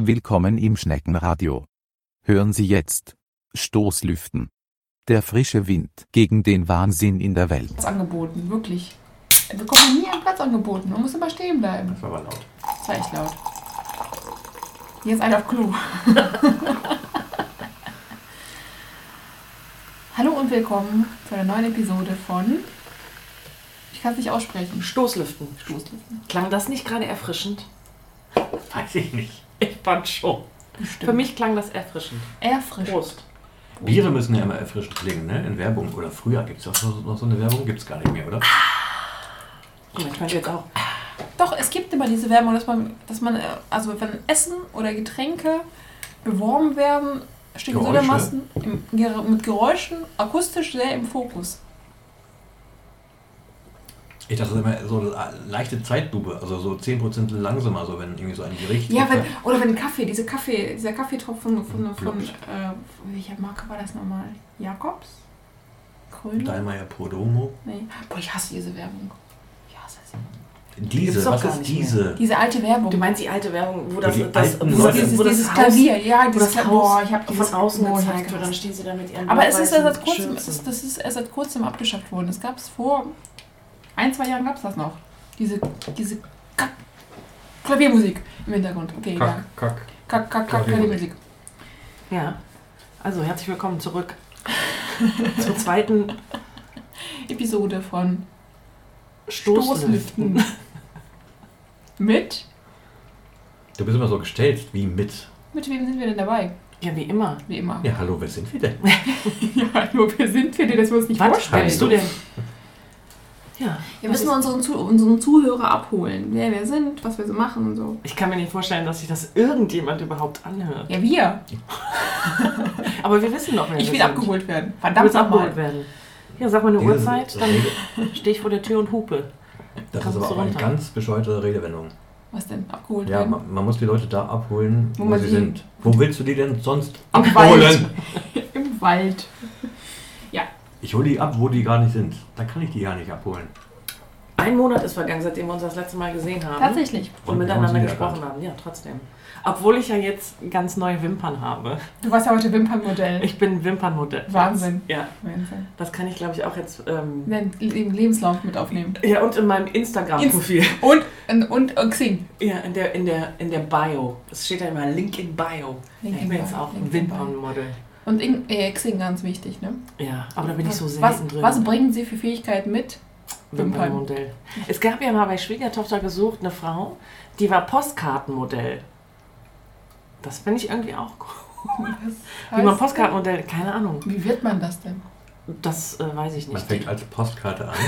Willkommen im Schneckenradio. Hören Sie jetzt Stoßlüften. Der frische Wind gegen den Wahnsinn in der Welt. Platz angeboten, wirklich. Wir bekommen nie einen Platz angeboten. Man muss immer stehen bleiben. Das war aber laut. Das war echt laut. Hier ist einer auf Klo. Hallo und willkommen zu einer neuen Episode von... Ich kann es nicht aussprechen. Stoßlüften. Stoßlüften. Klang das nicht gerade erfrischend? Weiß ich nicht. Ich fand schon. Bestimmt. Für mich klang das erfrischend. Erfrischend. Prost. Biere müssen ja immer erfrischt klingen, ne? In Werbung. Oder früher gibt es auch noch so eine Werbung. Gibt es gar nicht mehr, oder? Ich könnte jetzt auch. Doch, es gibt immer diese Werbung, dass man also wenn Essen oder Getränke beworben werden, stehen so dermaßen mit Geräuschen akustisch sehr im Fokus. Ich dachte immer so eine leichte Zeitlupe, also so 10% langsamer, also wenn irgendwie so ein Gericht... Ja, wenn dieser Kaffeetropfen von welcher Marke war das nochmal? Jakobs? Grün? Dahlmeier Prodomo. Nee. Boah, ich hasse diese Werbung. Ich hasse sie. Diese, was ist diese? Diese alte Werbung. Du meinst die alte Werbung, wo dieses Klavier, ja, wo das Haus ich hab von außen gezeigt gezeigt wird, dann stehen sie da mit ihren Aber es ist erst seit blau-weißen kurzem, Schürzen. das ist erst seit kurzem abgeschafft worden. Das gab es vor 1-2 Jahren gab es das noch. Diese Klaviermusik im Hintergrund. Okay, egal. Klaviermusik. Ja, also herzlich willkommen zurück zur zweiten Episode von Stoßlüften. Mit? Du bist immer so gestellt, wie mit. Mit wem sind wir denn dabei? Ja, wie immer. Wie immer. Ja, hallo, wer sind wir denn? Ja, nur wer sind wir denn? Das wir uns nicht vorstellen. Wer bist du denn? Ja. Wir müssen unseren Zuhörer abholen. Wer wir sind, was wir so machen und so. Ich kann mir nicht vorstellen, dass sich das irgendjemand überhaupt anhört. Ja, wir. Aber wir wissen doch, wer Ich wir will sind. abgeholt werden. Du Verdammt willst abgeholt nochmal. werden. Ja, sag mal eine Diese Uhrzeit, dann stehe ich vor der Tür und hupe. Das Kommst ist aber du auch eine runter? ganz bescheuerte Redewendung. Was denn? Abgeholt Ja, werden? man muss die Leute da abholen, Wo wo man sie sie- sind. Wo willst du die denn sonst Im abholen? Wald. Im Wald. Ja. Ich hole die ab, wo die gar nicht sind. Da kann ich die gar nicht abholen. Ein Monat ist vergangen, seitdem wir uns das letzte Mal gesehen haben. Tatsächlich. Und wir haben miteinander uns gesprochen wiedererkannt. haben. Ja, trotzdem. Obwohl ich ja jetzt ganz neue Wimpern habe. Du warst ja heute Wimpernmodell. Ich bin Wimpernmodell. Wahnsinn. Ja, Wahnsinn. das kann ich glaube ich auch jetzt... Den Lebenslauf mit aufnehmen. ja, und in meinem Instagram-Profil. Und Xing. Ja, in der Bio. Es steht ja immer Link in Bio. Link Ich in bin Bio, jetzt auch Link ein in Wimpernmodell. Und Xing ganz wichtig, ne? Ja, aber da bin ich so was, selten drin. was bringen Sie für Fähigkeiten mit? Wimpernmodell. Es gab ja mal bei Schwiegertochter gesucht eine Frau, die war Postkartenmodell. Das finde ich irgendwie auch cool. Wie man Postkartenmodell, keine Ahnung. Wie wird man das denn? Das weiß ich Man nicht. fängt als Postkarte an.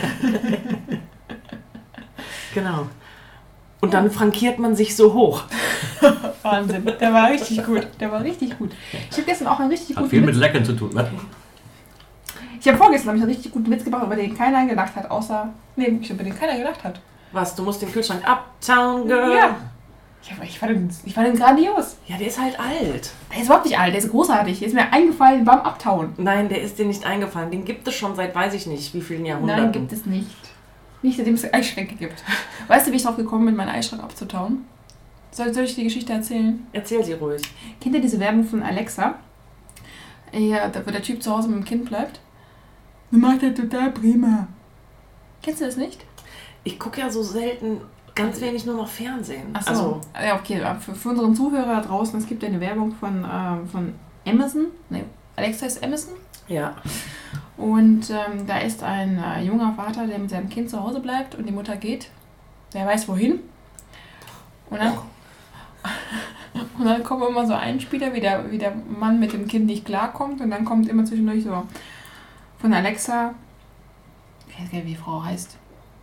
Genau. Und dann frankiert man sich so hoch. Wahnsinn. Der war richtig gut. Der war richtig gut. Ich habe gestern auch einen richtig Hat guten viel mit Witz. Lecken zu tun. Was? Ich habe vorgestern einen richtig guten Witz gebracht, über den keiner gedacht hat, außer... Nee, über den keiner gedacht hat. Was, du musst den Kühlschrank Uptown Girl? Ja. Ich fand den grandios. Ja, der ist halt alt. Der ist überhaupt nicht alt, der ist großartig. Der ist mir eingefallen beim Abtauen. Nein, der ist dir nicht eingefallen. Den gibt es schon seit weiß ich nicht wie vielen Jahrhunderten. Nein, gibt es nicht. Nicht, seitdem es Eisschränke gibt. Weißt du, wie ich drauf gekommen bin, meinen Eisschrank abzutauen? Soll ich die Geschichte erzählen? Erzähl sie ruhig. Kennt ihr diese Werbung von Alexa? Ja, wo der Typ zu Hause mit dem Kind bleibt? Du machst das total prima. Kennst du das nicht? Ich gucke ja so selten, ganz wenig nur noch Fernsehen. Ach so. Also, Ja, okay. Für unseren Zuhörer da draußen, es gibt eine Werbung von Amazon. Nee, Alexa ist Amazon. ja. Und da ist ein junger Vater, der mit seinem Kind zu Hause bleibt und die Mutter geht. Wer weiß wohin. Und dann kommt immer so ein Spieler, wie der Mann mit dem Kind nicht klarkommt. Und dann kommt immer zwischendurch so von Alexa, ich weiß gar nicht, wie die Frau heißt,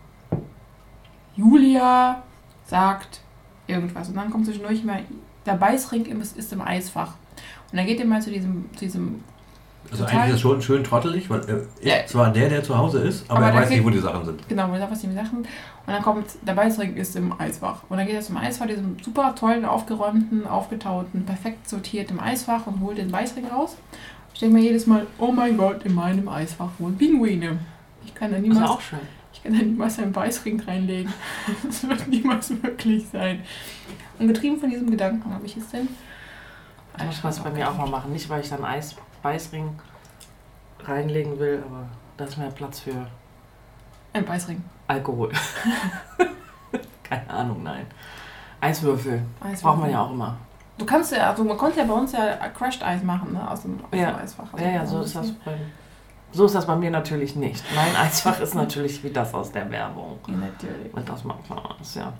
Julia sagt irgendwas. Und dann kommt zwischendurch immer, der Beißring ist im Eisfach. Und dann geht er mal zu diesem Also total- eigentlich ist es schon schön trottelig, weil er Ja. ist zwar der zu Hause ist, aber Aber er da weiß nicht, geht- wo die Sachen sind. Genau, wo er sagt, was die Sachen. Und dann kommt, der Beißring ist im Eisfach. Und dann geht er zum Eisfach, diesem super tollen, aufgeräumten, aufgetauten, perfekt sortierten Eisfach und holt den Beißring raus. Ich denke mir jedes Mal, oh mein Gott, in meinem Eisfach wohnen Pinguine. Ich kann da Das ist niemals, auch schön. ich Ich kann da niemals einen Beißring reinlegen. Das wird niemals möglich sein. Und getrieben von diesem Gedanken habe ich es denn. Ich muss das bei mir auch mal machen. Nicht, weil ich dann Beißring reinlegen will, aber da ist mehr Platz für Ein Beißring. Alkohol. Keine Ahnung, nein. Eiswürfel. Braucht man ja auch immer. Du kannst ja, also man konnte ja bei uns ja Crushed Eis machen, ne? Aus dem Eisfach. Also Ja, so ist das bei mir natürlich nicht. Mein Eisfach ist natürlich wie das aus der Werbung. Ja, natürlich. Und das macht man alles, ja.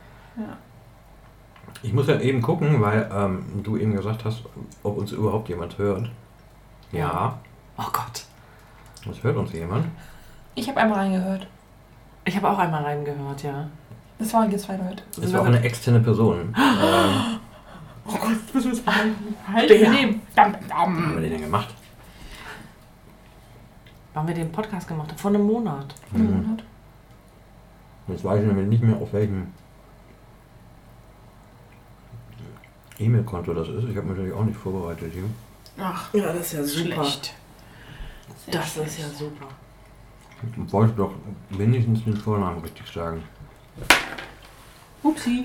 Ich muss ja eben gucken, weil du eben gesagt hast, ob uns überhaupt jemand hört. Ja. Oh Gott. Es hört uns jemand. Ich habe einmal reingehört. Ich habe auch einmal reingehört, ja. Das waren jetzt 2 Leute. Es war auch eine externe Person. Oh Gott, das müssen wir uns behalten. Halt Der. nehmen. Was haben wir denn gemacht? Wann wir den Podcast gemacht haben? Vor einem Monat. Jetzt weiß ich nämlich nicht mehr, auf welchem E-Mail-Konto das ist. Ich habe mich natürlich auch nicht vorbereitet hier. Ach, Ja, das ist ja super. schlecht. Das ist ja super. Ich wollte doch wenigstens den Vornamen richtig sagen. Upsi.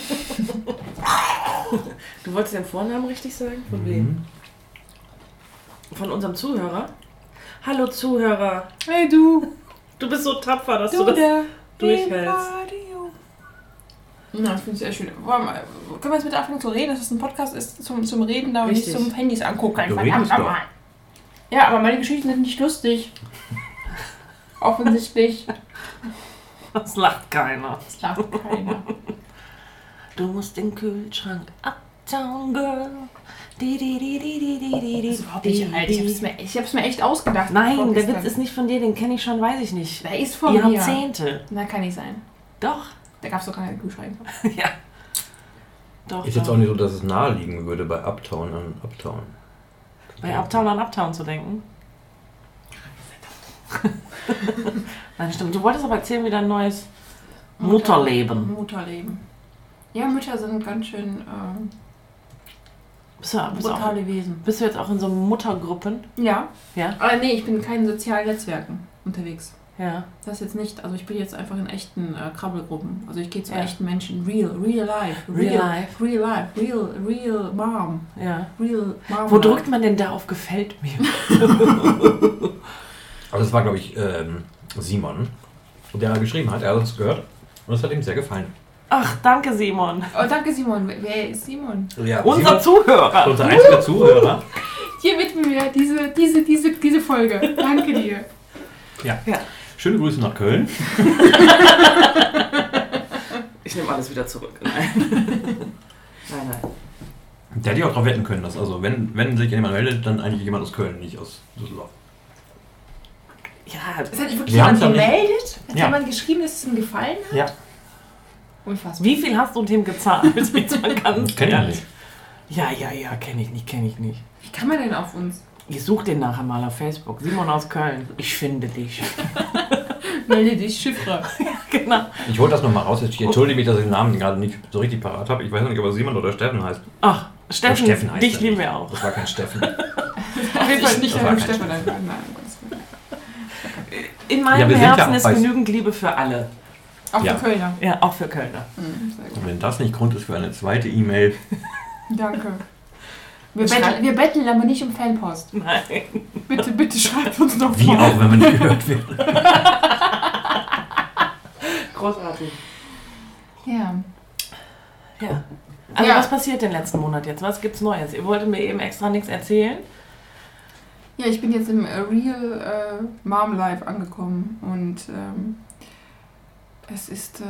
Du wolltest den Vornamen richtig sagen? Von wem? Von unserem Zuhörer? Hallo Zuhörer. Hey du. Du bist so tapfer, dass Du du das der durchhältst. Radio. Na, das finde ich sehr schön. Können wir jetzt bitte anfangen zu reden, dass es ein Podcast ist zum Reden da und nicht Richtig. zum Handys angucken? Du redest doch. Ja, aber meine Geschichten sind nicht lustig. Offensichtlich. Das lacht keiner. Das lacht keiner. Du musst den Kühlschrank Uptown Girl. Das ist überhaupt nicht alt. Ich hab's mir echt ausgedacht. Nein, der Witz ist nicht von dir, den kenne ich schon, weiß ich nicht. Der ist von mir. Jahrzehnte. Na, kann nicht sein. Doch. Da gab's doch keine Kühlschränke. Ja. Doch. Ist jetzt auch nicht so, dass es naheliegen würde, bei Uptown an Uptown. Bei Uptown an Uptown zu denken. Nein, stimmt. Du wolltest aber erzählen, wie dein neues Mutterleben. Mutterleben. Ja, Mütter sind ganz schön Bist du brutale Wesen. Bist du jetzt auch in so Muttergruppen? Ja. Ja? Aber nee, ich bin in keinen sozialen Netzwerken unterwegs. Ja. Das jetzt nicht. Also ich bin jetzt einfach in echten Krabbelgruppen. Also ich gehe zu Ja. echten Menschen. Real life. Real mom. Ja. Real mom. Wo drückt man denn da auf gefällt mir? Also das war, glaube ich, Simon, der geschrieben hat. Er hat uns gehört und es hat ihm sehr gefallen. Ach, danke Simon. Oh, danke Simon. Wer ist Simon? Ja, Unser Simon, Zuhörer. unser einziger Zuhörer. Hier widmen wir diese Folge. Danke dir. Ja. Ja. Schöne Grüße nach Köln. Ich nehme alles wieder zurück. Nein. Nein. Der hätte ja auch darauf wetten können, dass also wenn sich jemand meldet, dann eigentlich jemand aus Köln, nicht aus Düsseldorf. Ja, Es hat sich wirklich Wir jemand haben's ja nicht- gemeldet? Hat Ja. jemand geschrieben, dass es ihm gefallen hat? Ja. Unfassbar. wie viel hast du dem gezahlt? Jetzt mal ganz Kenn ich ehrlich. nicht. Ja, kenne ich nicht. Wie kann man denn auf uns? Ich suche den nachher mal auf Facebook. Simon aus Köln. Ich finde dich. Melde dich, Chiffre. Genau. Ich wollte das nochmal raus. Ich entschuldige mich, dass ich den Namen gerade nicht so richtig parat habe. Ich weiß noch nicht, ob er Simon oder Steffen heißt. Ach, Steffen, Steffen heißt dich er lieben nicht. wir auch. Das war kein Steffen. Auf jeden Fall nicht Das war an kein Stefan. Nein, um Gottes Willen. In Ja, meinem wir sind ja Herzen auch ist bei- genügend Liebe für alle. Auch Ja. für Kölner. Ja, auch für Kölner. Sehr gut. Und wenn das nicht Grund ist für eine zweite E-Mail, Danke. Wir Schreib- betteln aber nicht um Fanpost. Nein. Bitte schreibt uns noch wie mal. auch, wenn man nicht gehört wird. Großartig. Ja. Ja. Also Ja. was passiert den letzten Monat jetzt? Was gibt's Neues? Ihr wolltet mir eben extra nichts erzählen. Ja, ich bin jetzt im Real Mom Life angekommen und es ist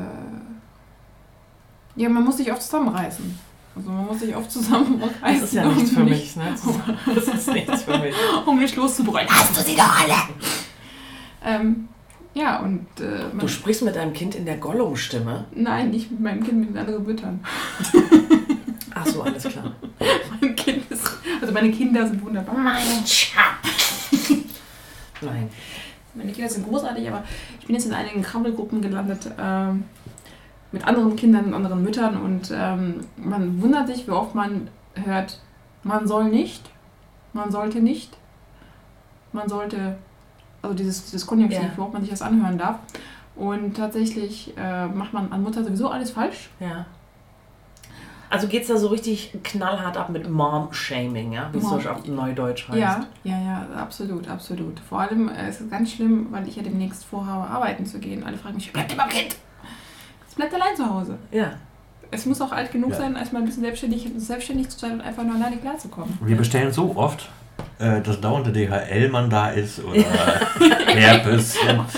ja, man muss sich oft zusammenreißen. Also man muss sich oft zusammenreißen. Das ist ja nichts für mich. Ne? Das ist nichts für mich. Um nicht loszubrüllen. Hast du sie doch alle? Ja, und Du sprichst mit deinem Kind in der Gollum-Stimme. nein, nicht mit meinem Kind, mit den anderen Müttern. Ach so, alles klar. Mein Kind ist, also meine Kinder sind wunderbar. Mein Schatz. Nein. Meine Kinder sind großartig, aber ich bin jetzt in einigen Krabbelgruppen gelandet mit anderen Kindern und anderen Müttern und man wundert sich, wie oft man hört, man soll nicht, man sollte nicht, man sollte also dieses Konjunktiv, Ja. worauf man sich das anhören darf. Und tatsächlich macht man an Mutter sowieso alles falsch. Ja. Also geht's da so richtig knallhart ab mit Mom-Shaming, ja? Wie es so auf Neudeutsch heißt. Ja, absolut. Vor allem ist es ganz schlimm, weil ich ja demnächst vorhabe, arbeiten zu gehen. Alle fragen mich, bleibt ihr beim Kind? Es bleibt allein zu Hause. Ja. Es muss auch alt genug sein, erstmal ein bisschen selbstständig zu sein und einfach nur alleine klarzukommen. Wir bestellen so oft, dass dauernd der DHL-Mann da ist oder Herpes.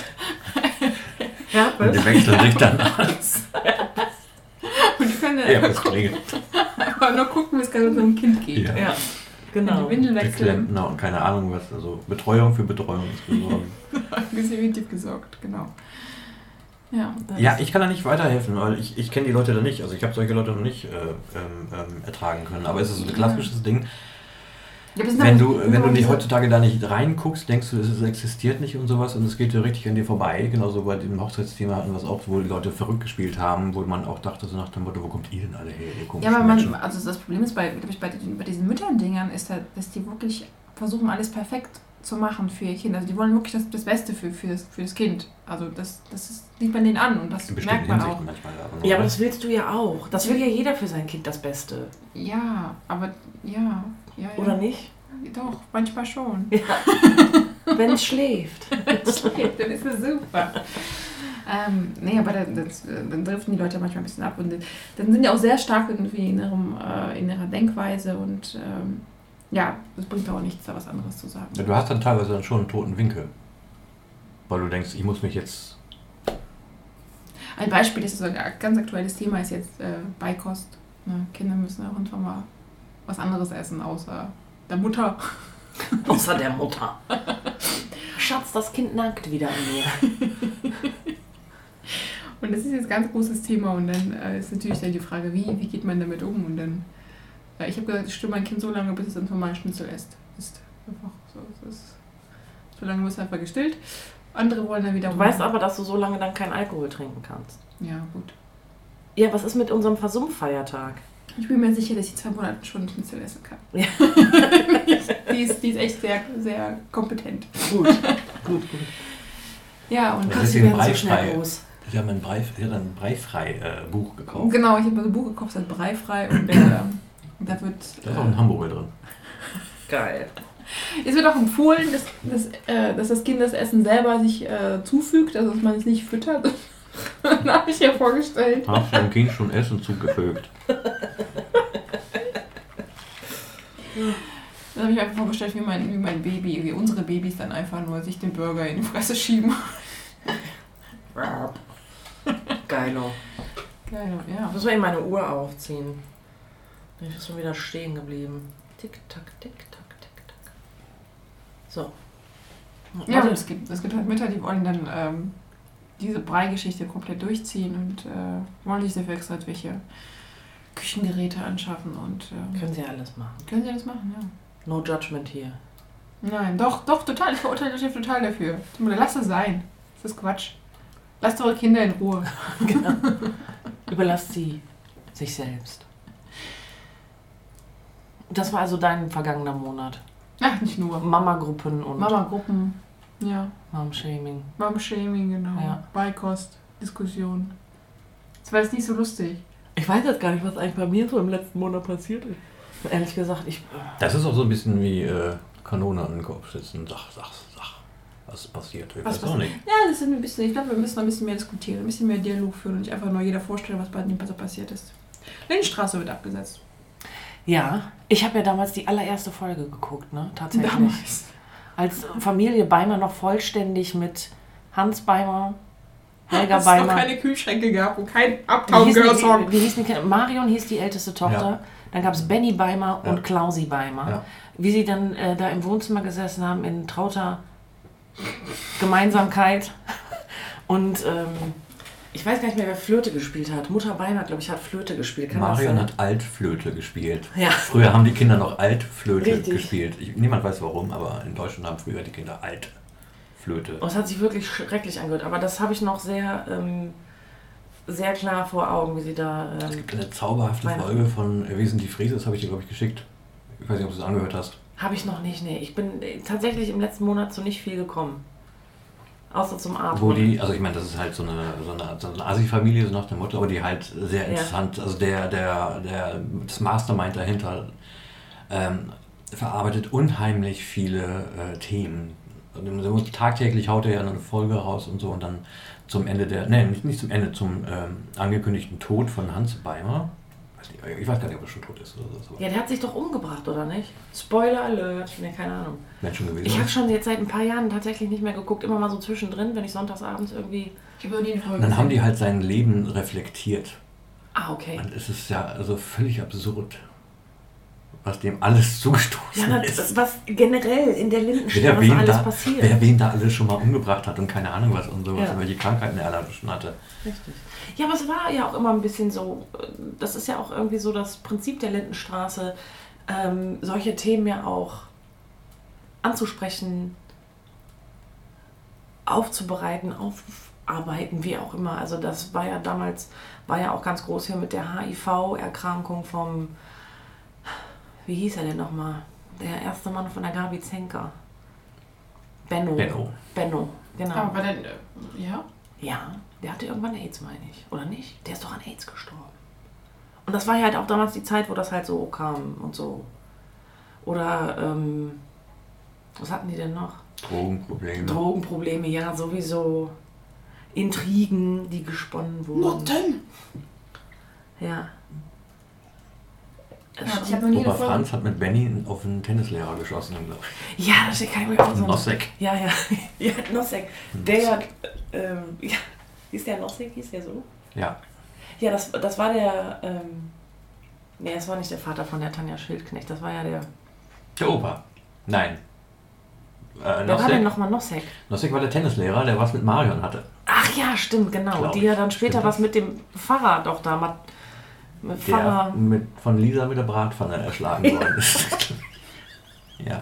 Und die wechseln sich dann aus. Und die können Herpes-Kollege. einfach nur gucken, wie es gerade unserem Kind geht. Ja. Ja, Wenn genau. die Windel Der wechseln, Klempner und keine Ahnung was. Also Betreuung für Betreuungsbesorgung. definitiv gesorgt, genau. Ja. Ja, ich kann da nicht weiterhelfen, weil ich kenne die Leute da nicht. Also ich habe solche Leute noch nicht ertragen können. Aber es ist so ein klassisches Ding. Ja, aber es sind Wenn aber du nicht diese- heutzutage da nicht reinguckst, denkst du, es existiert nicht und sowas und es geht dir richtig an dir vorbei. Genauso bei dem Hochzeitsthema hatten wir es auch, wo die Leute verrückt gespielt haben, wo man auch dachte, so nach dem Motto, wo kommt ihr denn alle her? Ihr Ja, komischen aber Menschen? also das Problem ist bei diesen Müttern-Dingern, ist halt, dass die wirklich versuchen, alles perfekt zu machen für ihr Kind. Also die wollen wirklich das Beste für das Kind. Also das sieht man denen an und das In merkt bestimmten man auch. Hinsichten manchmal. Aber nur, Ja, aber das willst du ja auch. Das will ja jeder für sein Kind das Beste. Ja, aber ja. Oder nicht? Doch, manchmal schon. Wenn es schläft. Dann ist das super. Nee, aber dann driften die Leute manchmal ein bisschen ab und dann sind die auch sehr stark irgendwie in ihrer Denkweise und ja, das bringt auch nichts, da was anderes zu sagen. Ja, du hast dann teilweise dann schon einen toten Winkel. Weil du denkst, ich muss mich jetzt... Ein Beispiel, das ist so ein ganz aktuelles Thema, ist jetzt Beikost. Ne? Kinder müssen auch irgendwann mal was anderes essen, außer der Mutter. Außer der Mutter. Schatz, das Kind nagt wieder an mir. Und das ist jetzt ein ganz großes Thema und dann ist natürlich dann die Frage, wie geht man damit um? Und dann, ich habe gesagt, ich stimme mein Kind so lange, bis es ein normales Schnitzel isst. Einfach so, so lange muss es einfach gestillt. Andere wollen dann wieder... Du weißt aber, dass du so lange dann keinen Alkohol trinken kannst. Ja, gut. Ja, was ist mit unserem Versumpfeiertag? Ich bin mir sicher, dass ich 2 Monate schon Schnitzel essen kann. Ja. die ist echt sehr, sehr kompetent. Gut. Ja, und Das ist Sie ja werden so breifrei. schnell groß. Sie haben ein Breifrei-Buch gekauft. genau, ich habe ein Buch gekauft, das heißt Breifrei und da wird... Da ist auch ein Hamburger drin. Geil. Es wird auch empfohlen, dass das Kind das Essen selber sich zufügt, also dass man es nicht füttert. Dann habe ich ja vorgestellt. Hast du dem Kind schon Essen zugefügt? Dann habe ich mir einfach vorgestellt, wie mein Baby, wie unsere Babys dann einfach nur sich den Burger in die Fresse schieben. Geilo. Geil, ja. Ich muss mal eben meine Uhr aufziehen. Ich bin schon wieder stehen geblieben. Tick, tack, tick, tack, tick, tack. So. Ja, und es gibt halt Mütter, die wollen dann diese Brei-Geschichte komplett durchziehen und wollen sich dafür extra welche Küchengeräte anschaffen und Können sie alles machen. können sie das machen, ja. No judgment hier. Nein, doch, total. Ich verurteile euch total dafür. Lasst es sein. Das ist Quatsch. Lasst eure Kinder in Ruhe. Genau. Überlasst sie sich selbst. Das war also dein vergangener Monat. Ach, nicht nur. Mama-Gruppen und Mama-Gruppen, ja. Mom-Shaming. Mom-Shaming, genau. Ja. Beikost, Diskussion. Das war jetzt nicht so lustig. Ich weiß jetzt gar nicht, was eigentlich bei mir so im letzten Monat passiert ist. Ehrlich gesagt, Das ist auch so ein bisschen wie Kanone an den Kopf sitzen. Sag. Was ist passiert? Ich weiß auch nicht. Ja, das sind ein bisschen, ich glaube, wir müssen ein bisschen mehr diskutieren, ein bisschen mehr Dialog führen und nicht einfach nur jeder vorstellen, was bei dem so passiert ist. Lindenstraße wird abgesetzt. Ja, ich habe ja damals die allererste Folge geguckt, ne? Tatsächlich. Damals. Als Familie Beimer noch vollständig mit Hans Beimer, Helga Dass es noch Beimer. keine Kühlschränke gab und kein Wie Uptown-Girl-Song. hießen die? Marion hieß die älteste Tochter. Ja. Dann gab es Benny Beimer Ja. und Klausi Beimer. Ja. Wie sie dann da im Wohnzimmer gesessen haben in trauter Gemeinsamkeit. Und ich weiß gar nicht mehr, wer Flöte gespielt hat. Mutter Beimer, glaube ich, hat Flöte gespielt. Kann das Marion sein? hat Altflöte gespielt. Ja. Früher haben die Kinder noch Altflöte Richtig. gespielt. Niemand weiß warum, aber in Deutschland haben früher die Kinder Altflöte. Oh, es hat sich wirklich schrecklich angehört. Aber das habe ich noch sehr, sehr klar vor Augen, wie sie da... Es gibt eine zauberhafte Folge von Wie sind die Friese, das habe ich dir, glaube ich, geschickt. Ich weiß nicht, ob du es angehört hast. Habe ich noch nicht, nee. Ich bin tatsächlich im letzten Monat zu nicht viel gekommen. Außer zum Atmen. Wo die, also ich meine, das ist halt so eine Assi-Familie, so nach dem Motto, aber die halt sehr interessant, also das Mastermind dahinter verarbeitet unheimlich viele Themen. Und tagtäglich haut er ja eine Folge raus und so und dann zum Ende zum angekündigten Tod von Hans Beimer. Ich weiß gar nicht, ob er schon tot ist oder so. Ja, der hat sich doch umgebracht, oder nicht? Spoiler Alert. Ne, keine Ahnung. Schon gewesen. Ich habe schon jetzt seit ein paar Jahren tatsächlich nicht mehr geguckt. Immer mal so zwischendrin, wenn ich sonntagsabends irgendwie... Dann haben die halt sein Leben reflektiert. Ah, okay. Und es ist ja also völlig absurd, was dem alles zugestoßen ist. Was generell in der Lindenstraße alles passiert. Wer wen da alles schon mal umgebracht hat und keine Ahnung was und sowas, und welche Krankheiten er alle schon hatte. Richtig. Ja, aber es war ja auch immer ein bisschen so, das ist ja auch irgendwie so das Prinzip der Lindenstraße, solche Themen ja auch anzusprechen, aufzubereiten, aufarbeiten, wie auch immer. Also das war ja damals, auch ganz groß hier mit der HIV-Erkrankung vom, wie hieß er denn nochmal? Der erste Mann von der Gabi Zenker. Benno, genau. Aber dann, ja? Ja, der hatte irgendwann AIDS, meine ich. Oder nicht? Der ist doch an AIDS gestorben. Und das war ja halt auch damals die Zeit, wo das halt so kam und so. Oder, was hatten die denn noch? Drogenprobleme, ja, sowieso. Intrigen, die gesponnen wurden. Noten! Ja. Ich habe noch nie Opa Franz hat mit Benny auf einen Tennislehrer geschossen, glaube ich. Ja, das kann ich mir auch so... Nossek. Ja, Nossek. Der, hieß der Nossek, hieß der so? Ja. Ja, das war der, das war nicht der Vater von der Tanja Schildknecht, das war ja der... Der Opa. Nein. Wer war denn nochmal Nossek? Nossek war der Tennislehrer, der was mit Marion hatte. Ach ja, stimmt, genau. Die ja dann später was mit dem Pfarrer doch da... Der von Lisa mit der Bratpfanne erschlagen worden ist. Ja.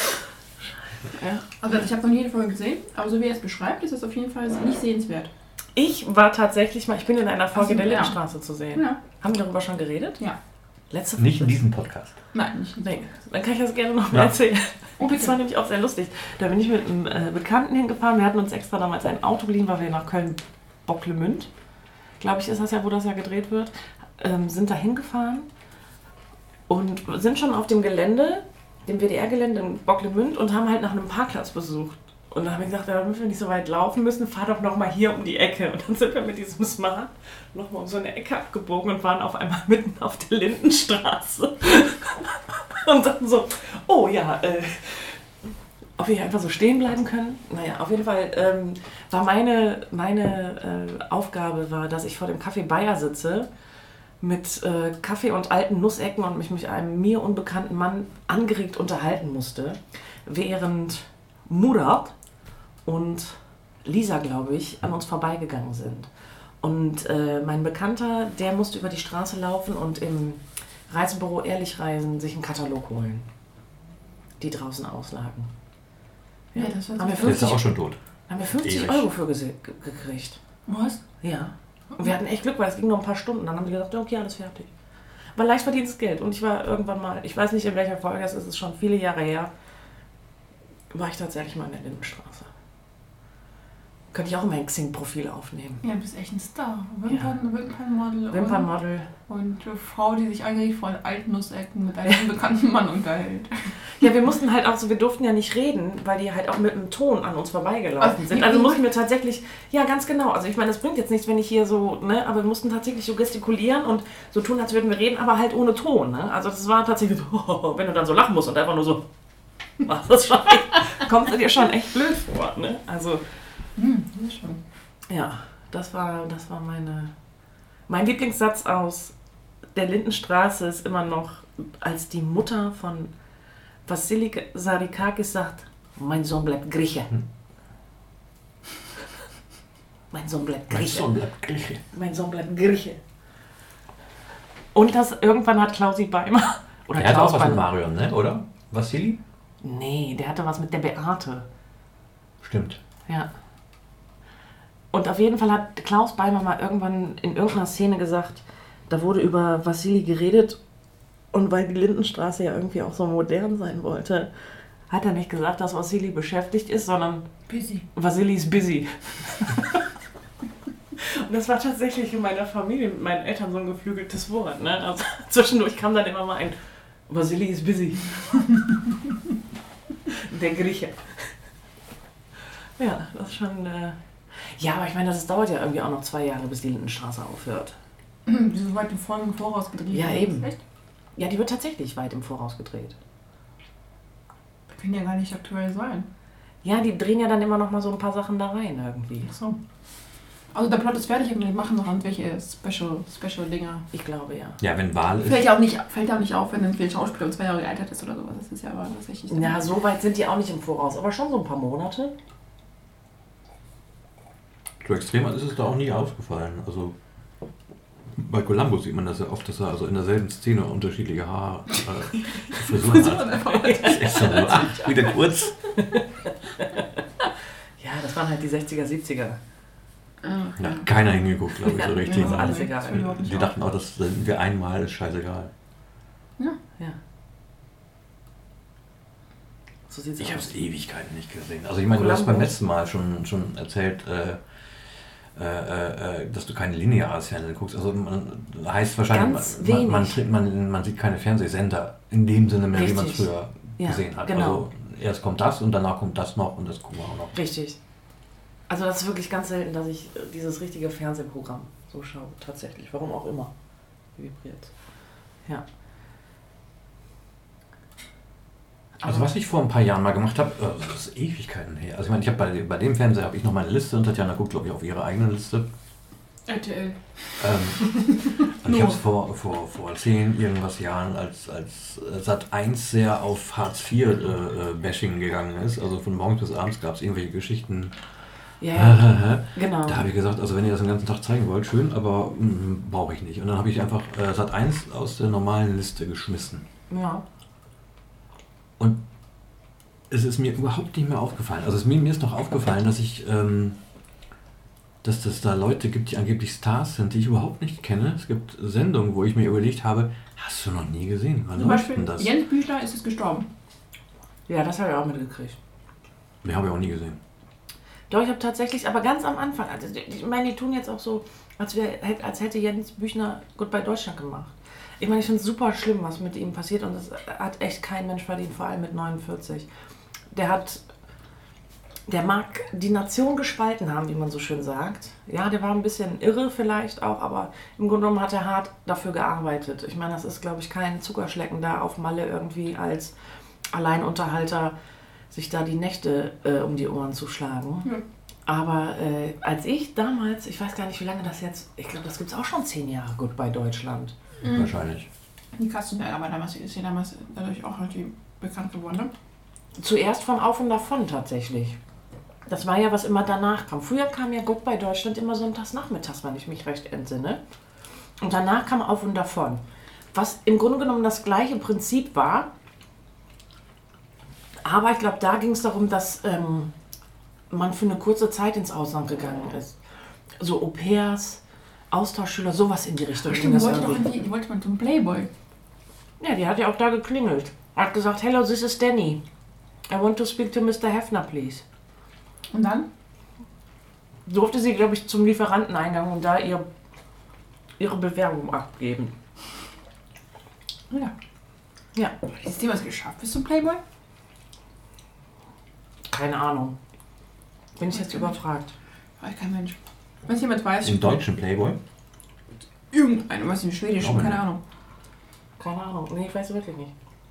Also ich habe noch nie eine Folge gesehen, aber so wie er es beschreibt, ist es auf jeden Fall nicht sehenswert. Ich war tatsächlich mal, ich bin in einer Folge der Lindenstraße zu sehen. Ja. Haben wir darüber schon geredet? Ja. Letzte Folge? Nicht in diesem Podcast. Nein, nicht. Nee. Dann kann ich das gerne noch mal erzählen. Das war nämlich auch sehr lustig. Da bin ich mit einem Bekannten hingefahren. Wir hatten uns extra damals ein Auto geliehen, weil wir nach Köln-Bocklemünd, glaube ich, ist das ja, wo das ja gedreht wird, sind da hingefahren und sind schon auf dem Gelände, dem WDR-Gelände in Bocklemünd und haben halt nach einem Parkplatz besucht. Und dann haben wir gesagt, damit wir nicht so weit laufen müssen, fahr doch nochmal hier um die Ecke. Und dann sind wir mit diesem Smart nochmal um so eine Ecke abgebogen und waren auf einmal mitten auf der Lindenstraße. Und dann so, oh ja, ob wir hier einfach so stehen bleiben können? Naja, auf jeden Fall war meine Aufgabe, dass ich vor dem Café Bayer sitze mit Kaffee und alten Nussecken und mich mit einem mir unbekannten Mann angeregt unterhalten musste, während Murat und Lisa, glaube ich, an uns vorbeigegangen sind. Und mein Bekannter, der musste über die Straße laufen und im Reisebüro Ehrlichreisen sich einen Katalog holen, die draußen auslagen. Ja, das war der ist ja auch schon tot. Haben wir 50 Euro für gekriegt. Was? Ja. Und wir hatten echt Glück, weil es ging nur ein paar Stunden. Dann haben die gesagt, okay, alles fertig. War leicht verdientes Geld. Und ich war irgendwann mal, ich weiß nicht in welcher Folge es ist schon viele Jahre her, war ich tatsächlich mal in der Lindenstraße. Könnte ich auch mein Xing-Profil aufnehmen. Ja, du bist echt ein Star. Wimpernmodel. Wimpernmodel. Und eine Frau, die sich eigentlich von alten Nussecken mit einem unbekannten Mann unterhält. Ja, wir mussten halt auch so, wir durften ja nicht reden, weil die halt auch mit einem Ton an uns vorbeigelaufen sind. Also mussten wir tatsächlich, ja ganz genau, also ich meine, das bringt jetzt nichts, wenn ich hier so, ne, aber wir mussten tatsächlich so gestikulieren und so tun, als würden wir reden, aber halt ohne Ton, ne. Also das war tatsächlich so, wenn du dann so lachen musst und einfach nur so, kommt dir schon echt blöd vor, ne. Also, das schon. Ja, das war mein Lieblingssatz aus der Lindenstraße ist immer noch, als die Mutter von Vassili Sarikakis sagt, mein Sohn bleibt Grieche. Mein Sohn bleibt Grieche. Mein Sohn bleibt Grieche. Und das irgendwann hat Klausi Beimer. Oder der hat auch was mit Marion, ne? Oder? Vassili? Nee, der hatte was mit der Beate. Stimmt. Ja. Und auf jeden Fall hat Klaus Beimer mal irgendwann in irgendeiner Szene gesagt, da wurde über Vassili geredet und weil die Lindenstraße ja irgendwie auch so modern sein wollte, Hat er nicht gesagt, dass Vassili beschäftigt ist, sondern Busy. Vassili ist busy. Und das war tatsächlich in meiner Familie mit meinen Eltern so ein geflügeltes Wort. Ne? Also zwischendurch kam dann immer mal ein Vassili ist busy. Der Grieche. Ja, das ist schon... Ja, aber ich meine, das dauert ja irgendwie auch noch 2 Jahre, bis die Lindenstraße aufhört. Die so weit im Voraus gedreht. Ja, eben. Echt? Ja, die wird tatsächlich weit im Voraus gedreht. Das kann ja gar nicht aktuell sein. Ja, die drehen ja dann immer noch mal so ein paar Sachen da rein irgendwie. Ach so. Also der Plot ist fertig und die machen noch irgendwelche Special-Dinger. Ich glaube, ja. Ja, wenn Wahl ist. Fällt ja auch nicht auf, wenn ein Schauspieler um 2 Jahre gealtert ist oder sowas. Das ist ja aber tatsächlich... Ja, so weit sind die auch nicht im Voraus, aber schon so ein paar Monate. So extrem ist es da auch nie aufgefallen. Also bei Columbo sieht man das ja oft, dass er also in derselben Szene unterschiedliche Frisuren hat. Das ist echt so, wieder kurz. Ja, das waren halt die 60er, 70er. Da hat keiner hingeguckt, glaube ich, so richtig. Ist alles egal. Die dachten auch, das sind wir einmal, ist scheißegal. Ja. So sieht's Ich habe aus. es Ewigkeiten nicht gesehen. Also ich meine, du hast beim letzten Mal schon erzählt, dass du keine lineares Fernsehen guckst. Also heißt wahrscheinlich, man sieht keine Fernsehsender in dem Sinne mehr, wie man es früher gesehen hat. Genau. Also erst kommt das und danach kommt das noch und das gucken wir auch noch. Richtig. Also das ist wirklich ganz selten, dass ich dieses richtige Fernsehprogramm so schaue, tatsächlich. Warum auch immer. Vibriert. Ja. Also was ich vor ein paar Jahren mal gemacht habe, das ist Ewigkeiten her. Also ich meine, ich habe bei dem Fernseher habe ich noch meine Liste und Tatjana guckt, glaube ich, auf ihre eigene Liste. RTL. Und ich habe es vor 10 irgendwas Jahren, als Sat.1 sehr auf Hartz-IV-Bashing gegangen ist, also von morgens bis abends gab es irgendwelche Geschichten. Ja, genau. Da habe ich gesagt, also wenn ihr das den ganzen Tag zeigen wollt, schön, aber brauche ich nicht. Und dann habe ich einfach Sat.1 aus der normalen Liste geschmissen. Ja. Und es ist mir überhaupt nicht mehr aufgefallen. Also mir ist noch aufgefallen, dass es da Leute gibt, die angeblich Stars sind, die ich überhaupt nicht kenne. Es gibt Sendungen, wo ich mir überlegt habe, hast du noch nie gesehen? Wann Zum läuft denn Beispiel das? Jens Büchler ist jetzt gestorben. Ja, das habe ich auch mitgekriegt. Den habe ich auch nie gesehen. Doch, ich habe tatsächlich, aber ganz am Anfang, also ich meine, die tun jetzt auch so, als hätte Jens Büchner Goodbye Deutschland gemacht. Ich meine, ich finde es super schlimm, was mit ihm passiert und das hat echt kein Mensch verdient, vor allem mit 49. Der mag die Nation gespalten haben, wie man so schön sagt. Ja, der war ein bisschen irre vielleicht auch, aber im Grunde genommen hat er hart dafür gearbeitet. Ich meine, das ist, glaube ich, kein Zuckerschlecken, da auf Malle irgendwie als Alleinunterhalter sich da die Nächte um die Ohren zu schlagen. Ja. Aber als ich damals, ich weiß gar nicht, wie lange das jetzt, ich glaube, das gibt es auch schon 10 Jahre, Goodbye Deutschland. Wahrscheinlich. Die Katzenberger war damals, ist ja damals dadurch auch halt bekannt geworden, ne? Zuerst von Auf und Davon tatsächlich. Das war ja, was immer danach kam. Früher kam ja Goodbye Deutschland immer sonntags nachmittags, wenn ich mich recht entsinne. Und danach kam Auf und Davon. Was im Grunde genommen das gleiche Prinzip war. Aber ich glaube, da ging es darum, dass man für eine kurze Zeit ins Ausland gegangen ist. So Au-pairs, Austauschschüler, sowas in die Richtung. Die wollte man zum Playboy. Ja, die hat ja auch da geklingelt. Hat gesagt, hello, this is Danny. I want to speak to Mr. Hefner, please. Und dann? Durfte sie, glaube ich, zum Lieferanteneingang und da ihre Bewerbung abgeben. Ja. Ja. Ist dir was geschafft bis zum Playboy? Keine Ahnung. Bin ich jetzt überfragt. Weiß kein Mensch. Wenn jemand weiß. Im deutschen Playboy? Irgendeiner, was im Schwedischen, keine Ahnung. Keine Ahnung. Nee, ich weiß wirklich nicht.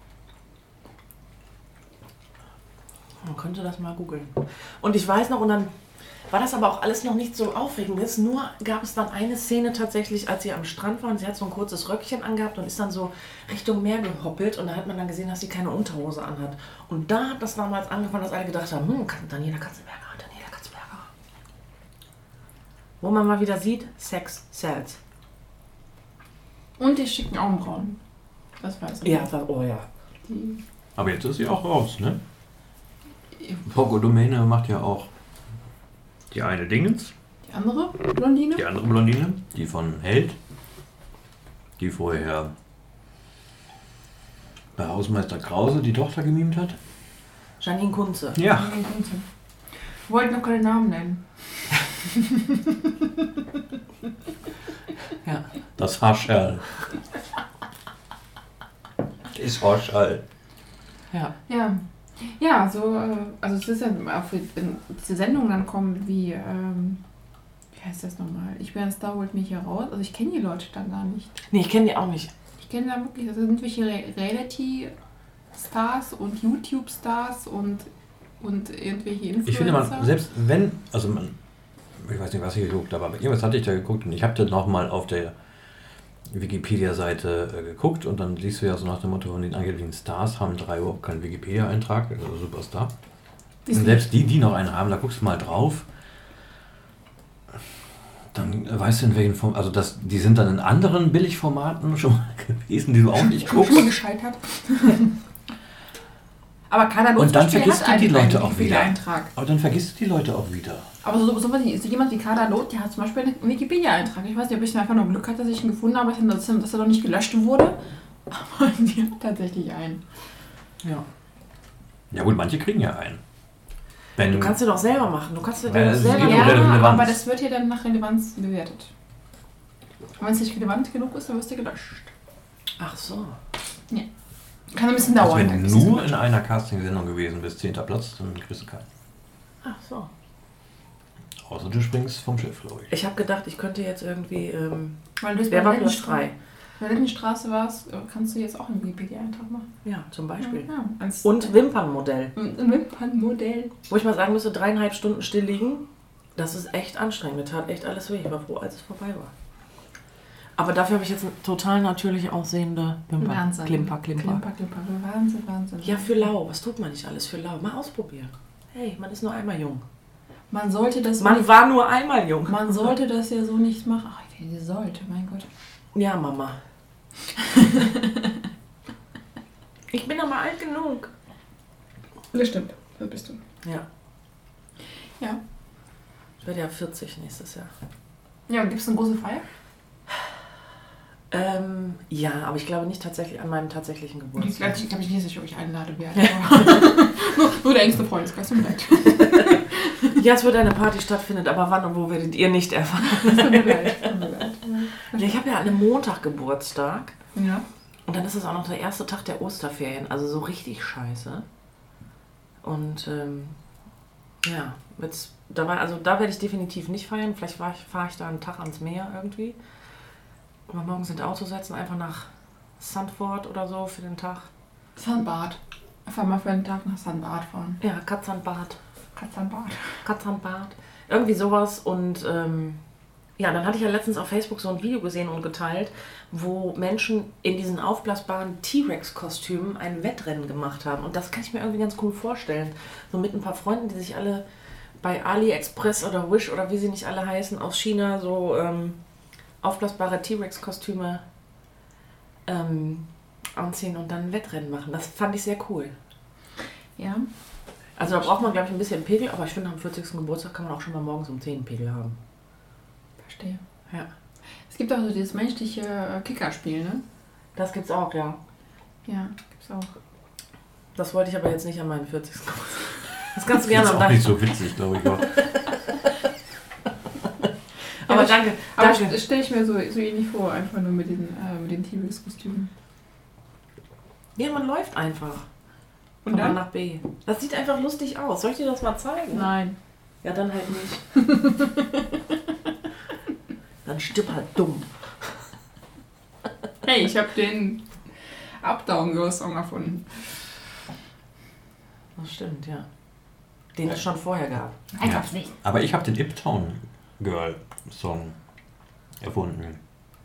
Man könnte das mal googeln. Und ich weiß noch, und dann war das aber auch alles noch nicht so aufregend. Nur gab es dann eine Szene tatsächlich, als sie am Strand war und sie hat so ein kurzes Röckchen angehabt und ist dann so Richtung Meer gehoppelt und da hat man dann gesehen, dass sie keine Unterhose anhat. Und da hat das damals angefangen, dass alle gedacht haben, Daniela Katzenberger. Wo man mal wieder sieht, Sex sells. Und die schicken Augenbrauen. Das weiß ich. Ja, oh ja. Aber jetzt ist sie auch raus, ne? Poco Domäne macht ja auch die eine Dingens. Die andere Blondine? Die andere Blondine, die von Held. Die vorher bei Hausmeister Krause die Tochter gemimt hat. Janine Kunze. Ja. Ich wollte noch keine Namen nennen. Ja. Das Haarschall. Ist Haarschall. Ja. Ja, so, also es ist ja auch, wenn diese Sendungen dann kommen wie heißt das nochmal? Ich bin ein Star, holt mich hier raus. Also ich kenne die Leute dann gar nicht. Nee, ich kenne die auch nicht. Ich kenne da wirklich, das sind welche Reality-Stars und YouTube-Stars und irgendwelche Influencer. Ich finde mal, selbst wenn, also ich weiß nicht, was ich geguckt habe, aber irgendwas hatte ich da geguckt und ich habe dann nochmal auf der Wikipedia-Seite geguckt und dann siehst du ja so nach dem Motto, von den angeblichen Stars haben 3 überhaupt keinen Wikipedia-Eintrag, also Superstar. Und selbst die noch einen haben, da guckst du mal drauf, dann weißt du in welchen Form, also die sind dann in anderen Billigformaten schon mal gewesen, die du auch nicht guckst. Schon mal gescheitert. Aber Kader und dann vergisst du die Leute auch wieder. Eintrag. Aber dann vergisst du die Leute auch wieder. Aber so jemand wie Kader Loth, der hat zum Beispiel einen Wikipedia-Eintrag. Ich weiß nicht, ob ich einfach nur Glück hatte, dass ich ihn gefunden habe, dass er noch nicht gelöscht wurde. Aber die hat tatsächlich einen. Ja. Ja gut, manche kriegen ja einen. Du kannst du doch selber machen. Du kannst dir Ja, das selber geht machen. um Relevanz. Aber das wird hier dann nach Relevanz bewertet. Und wenn es nicht relevant genug ist, dann wirst du gelöscht. Ach so. Ja. Kann ein bisschen Also dauern. wenn du nur in einer Casting-Sendung gewesen bist, 10. Platz, dann kriegst du keinen. Ach so. Außer du springst vom Schiff, glaube ich. Ich habe gedacht, ich könnte jetzt irgendwie... Weil du wer war Platz 3? Wenn du in der Lindenstraße warst, kannst du jetzt auch einen Wikipedia-Eintrag machen. Ja, zum Beispiel. Ja, Und Wimpernmodell. Ein Wimpernmodell. Wo ich mal sagen müsste, 3,5 Stunden still liegen, das ist echt anstrengend. Mir tat echt alles weh. Ich war froh, als es vorbei war. Aber dafür habe ich jetzt eine total natürlich aussehende Wimpern. Wahnsinn. Klimper. Wahnsinn. Ja, für lau. Was tut man nicht alles für lau? Mal ausprobieren. Hey, man ist nur einmal jung. Man sollte das war nur einmal jung. Man sollte das ja so nicht machen. Ach, wie sollte, mein Gott. Ja, Mama. Ich bin aber alt genug. Das stimmt, das bist du. Ja. Ja. Ich werde ja 40 nächstes Jahr. Ja, und gibt es eine große Feier? Ja, aber ich glaube nicht tatsächlich an meinem tatsächlichen Geburtstag. Ich glaube nicht, dass ich euch einlade. Nur der engste Freundeskreis, tut mir leid. Ja, es wird eine Party stattfindet, aber wann und wo werdet ihr nicht erfahren? Tut mir leid. Ja, ich habe ja an einem Montag Geburtstag. Ja. Und dann ist es auch noch der erste Tag der Osterferien, also so richtig scheiße. Und ja, da werde ich definitiv nicht feiern. Vielleicht fahre ich da einen Tag ans Meer irgendwie. Mal morgens in das Auto setzen, einfach nach Sandford oder so für den Tag. Sandbad. Einfach mal für einen Tag nach Sandbad fahren. Ja, Katzandbad. Katzandbad. Irgendwie sowas. Und ja, dann hatte ich ja letztens auf Facebook so ein Video gesehen und geteilt, wo Menschen in diesen aufblasbaren T-Rex-Kostümen ein Wettrennen gemacht haben. Und das kann ich mir irgendwie ganz cool vorstellen. So mit ein paar Freunden, die sich alle bei AliExpress oder Wish oder wie sie nicht alle heißen, aus China so aufblasbare T-Rex-Kostüme anziehen und dann ein Wettrennen machen. Das fand ich sehr cool. Ja. Also da braucht man, glaube ich, ein bisschen Pegel, aber ich finde, am 40. Geburtstag kann man auch schon mal morgens um 10 Pegel haben. Verstehe. Ja. Es gibt auch so dieses menschliche Kickerspiel, ne? Das gibt's auch, ja. Ja, gibt's auch. Das wollte ich aber jetzt nicht an meinem 40. Geburtstag. Das kannst du gerne am auch nicht so witzig, glaube ich. Auch. Aber danke. Aber das stelle ich mir so ähnlich vor, einfach nur mit den T-Rex-Kostümen. Ja, man läuft einfach. Und von A dann? nach B. Das sieht einfach lustig aus. Soll ich dir das mal zeigen? Nein. Ja, dann halt nicht. Dann stirb halt dumm. Hey, ich habe den Up-Down Girl Song erfunden. Das stimmt, ja. Den es schon vorher gab. Einfach nicht. Aber ich habe den Uptown Girl Song erfunden.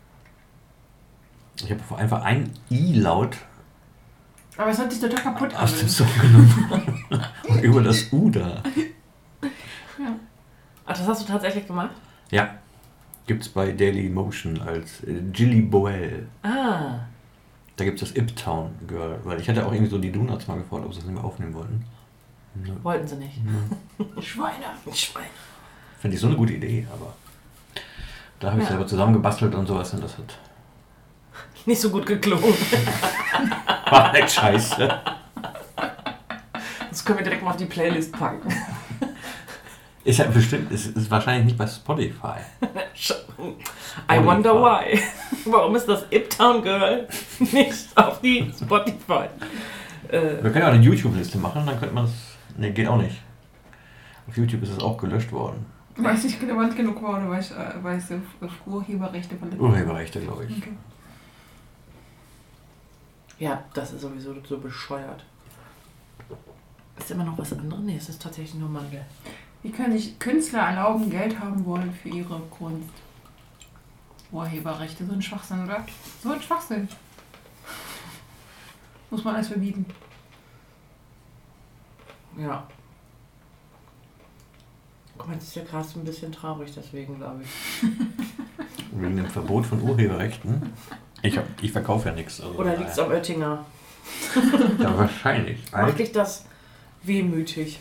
Ich habe einfach ein I-Laut Aber es hat sich total kaputt aus dem an. Song genommen. Und über das U da. Ja. Ach, das hast du tatsächlich gemacht? Ja. Gibt's bei Daily Motion als Gilly Boel. Ah. Da gibt's das Uptown Girl. Weil ich hatte auch irgendwie so die Donuts mal gefragt, ob sie das nicht mehr aufnehmen wollten. Nö. Wollten sie nicht. Schweine. Finde ich so eine gute Idee, aber da habe ich selber zusammengebastelt und sowas und das hat Nicht so gut geklungen. war halt scheiße. Das Das können wir direkt mal auf die Playlist packen. Ist ja bestimmt, ist wahrscheinlich nicht bei Spotify. I wonder why. Warum ist das Uptown Girl nicht auf die Spotify? Wir können ja auch eine YouTube-Liste machen, dann könnte man es. Ne, geht auch nicht. Auf YouTube ist es auch gelöscht worden. Weil es nicht relevant genug war oder weil es auf Urheberrechte von der Urheberrechte, glaube ich. Okay. Ja, das ist sowieso so bescheuert. Ist immer noch was anderes? Nee, es ist tatsächlich nur Mandel. Wie können sich Künstler erlauben, Geld haben wollen für ihre Kunst? Urheberrechte, so ein Schwachsinn, oder? So ein Schwachsinn. Muss man alles verbieten. Ja. Guck mal, jetzt ist der Gras ein bisschen traurig, deswegen glaube ich. Wegen dem Verbot von Urheberrechten. Ich verkaufe ja nichts. Also Oder liegt es am Oettinger? Ja, wahrscheinlich. Macht dich das wehmütig?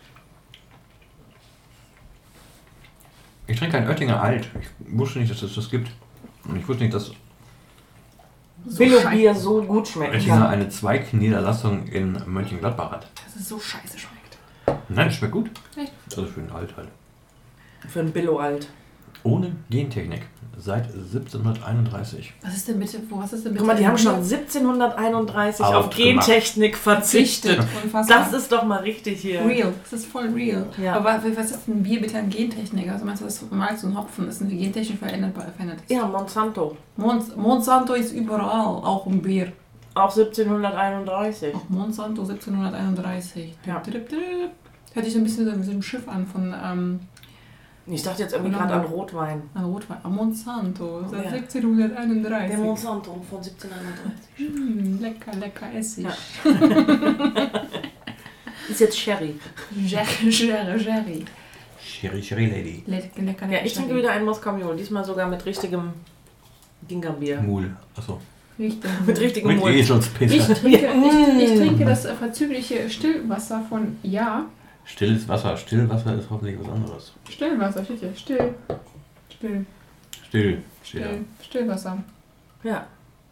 Ich trinke ein Oettinger Alt. Ich wusste nicht, dass es das gibt. Und ich wusste nicht, dass Billo-Bier so gut schmeckt. Oettinger eine Zweigniederlassung in Mönchengladbach hat. Dass es so scheiße schmeckt. Nein, es schmeckt gut. Echt? Also für einen Alt halt. Für ein Billo-Alt. Ohne Gentechnik. Seit 1731. Was ist denn bitte? Guck mal, die haben schon 1731 auf Ausgemacht. Gentechnik verzichtet. Unfassbar. Das ist doch mal richtig hier. real. Das ist voll real. Ja. Aber was ist ein Bier bitte an Gentechnik? Also meinst du, das Malz und Hopfen ist eine gentechnisch verändert ist? Ja, Monsanto. Monsanto ist überall, auch im Bier. Auch 1731. Auch Monsanto 1731. Ja. Hört sich so ein bisschen so ein Schiff an von Ich dachte jetzt irgendwie gerade an Rotwein. an Rotwein. Monsanto seit Ja. 1731. Der Monsanto von 1731. Lecker, lecker Essig. Ja. Ist jetzt Sherry. Jerry. Sherry Lady. Lecker, Ja, ich trinke wieder einen Moskau Mule. Diesmal sogar mit richtigem Gingerbier. Mul. Achso. Richtig. Mit richtigem Mit Mul. Eselspisse. Ich trinke das verzügliche Stillwasser von Ja. Stilles Wasser. Stillwasser ist hoffentlich was anderes. Stillwasser, steht hier. Still. Stillwasser. Ja.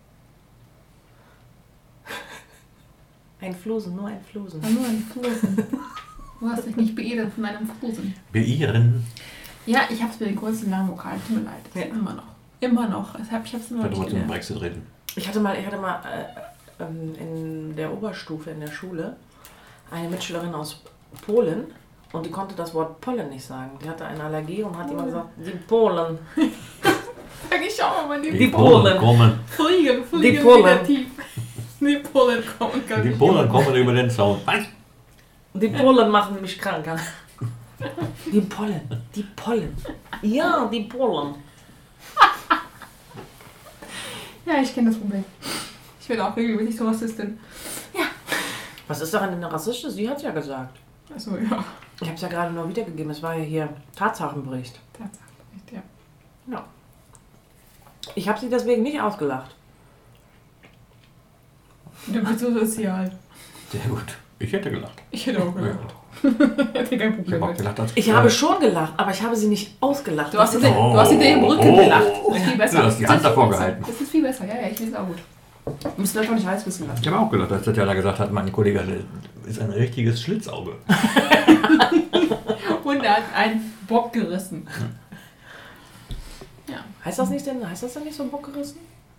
Ein Flusen, nur ein Flusen. Nur ein Flusen. Du hast dich nicht beedelt von einem Flusen. Beirren. Ja, ich hab's mit den kurzen langen Vokalen. Tut mir leid. Ja. Immer noch. Immer noch. Ich hab's nur Ich nicht zum gelernt. Brexit reden. Ich hatte mal in der Oberstufe in der Schule eine Mitschülerin aus Polen und die konnte das Wort Pollen nicht sagen. Die hatte eine Allergie und hat immer gesagt, die Polen. Sag ich auch mal Die Polen. kommen. Fliegen, Die Polen. negativ. Die Polen kommen gar Die nicht. Polen kommen über den Zaun. Was? Die Polen machen mich krank. Die Pollen. Die Pollen. Ja, die Polen. Ja, ich kenne das Problem. Ich werde auch regelmäßig so Rassistin. Was ist daran denn rassistisch? Sie hat es ja gesagt. Achso, ja. Ich habe es ja gerade nur wiedergegeben. Es war ja hier Tatsachenbericht. Tatsache, ja. Ja. Ich habe sie deswegen nicht ausgelacht. Du bist so sozial. Sehr gut. Ich hätte gelacht. Ich hätte auch gelacht. Ja. Ich hätte kein Ich Problem habe auch mit. gelacht. Als Ich habe schon gelacht, aber ich habe sie nicht ausgelacht. Du hast Das hinter den Brücken gelacht. Das ist viel besser. Du hast die Hand davor gehalten. Das ist viel besser. Ja, ich finde es auch gut. Du musst Leute auch nicht heiß wissen lassen. Ich habe auch gelacht, als Tatjana gesagt hat, mein Kollege ist ein richtiges Schlitzauge. Und er hat einen Bock gerissen. Ja. Heißt das denn nicht so ein Bock gerissen?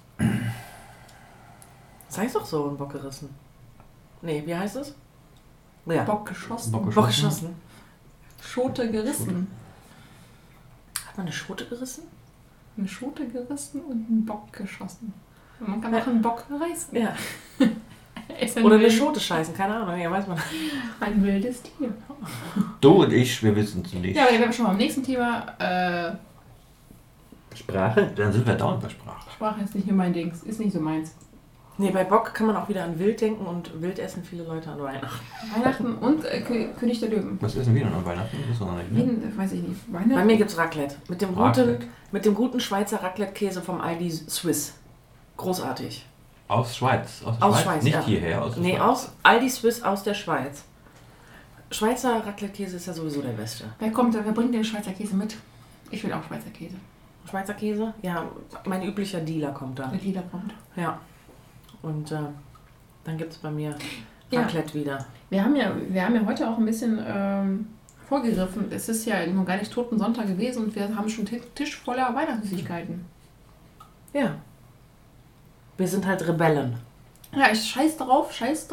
Das heißt doch so, ein Bock gerissen. Nee, wie heißt es? Ja. Bock geschossen. Bock Bock geschossen. Schote gerissen. Hat man eine Schote gerissen? Eine Schote gerissen und einen Bock geschossen. Und man kann auch einen Bock reißen. Ja. Ist ein Oder eine wild- Schote scheißen, keine Ahnung, ja, weiß man. Ein wildes Tier. Du und ich, wir wissen es nicht. Ja, aber wir sind schon mal am nächsten Thema. Sprache? Dann sind wir dauernd bei Sprache. Sprache ist nicht nur mein Dings. Ist nicht so meins. Nee, bei Bock kann man auch wieder an Wild denken und Wild essen viele Leute an Weihnachten. Weihnachten und König der Löwen. Was essen wir denn an Weihnachten? Das ist noch nicht, ne? Jeden, weiß ich nicht. Weihnachten. Bei mir gibt's Raclette. Mit dem Raclette. guten Schweizer Raclette-Käse vom Aldi Swiss. Großartig. Aus Schweiz. Aus Schweiz, Nicht ja. hierher, aus der Nee, Schweiz. aus Aldi Swiss aus der Schweiz. Schweizer Raclette-Käse ist ja sowieso der beste. Wer bringt den Schweizer Käse mit? Ich will auch Schweizer Käse. Schweizer Käse? Ja, mein üblicher Dealer kommt da. Der Lila kommt. Ja. Und dann gibt es bei mir Raclette wieder. Wir haben ja heute auch ein bisschen vorgegriffen. Es ist ja noch gar nicht Toten Sonntag gewesen und wir haben schon Tisch voller Weihnachtssüßigkeiten. Ja. Wir sind halt Rebellen. Ja, ich scheiß drauf.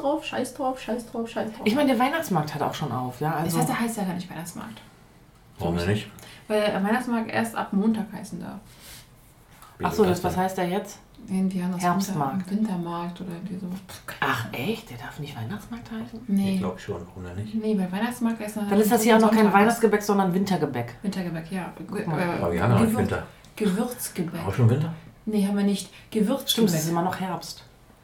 Ich meine, der Weihnachtsmarkt hat auch schon auf, ja. Also Das heißt ja gar nicht Weihnachtsmarkt. Warum denn nicht? Weil der Weihnachtsmarkt erst ab Montag heißen darf. Achso, was heißt der jetzt? Irgendwie anders. Herbstmarkt. Wintermarkt oder irgendwie so. Ach echt? Der darf nicht Weihnachtsmarkt heißen? Nee. Ich glaube schon, warum denn nicht? Nee, bei Weihnachtsmarkt ist Dann ist das hier auch noch kein Weihnachtsgebäck, sondern Wintergebäck. Wintergebäck, ja. Aber wir haben ja noch nicht Winter. Gewürzgebäck. Auch schon Winter? Nee, haben wir nicht. Gewürzgebäck. Stimmt, es ist immer noch Herbst.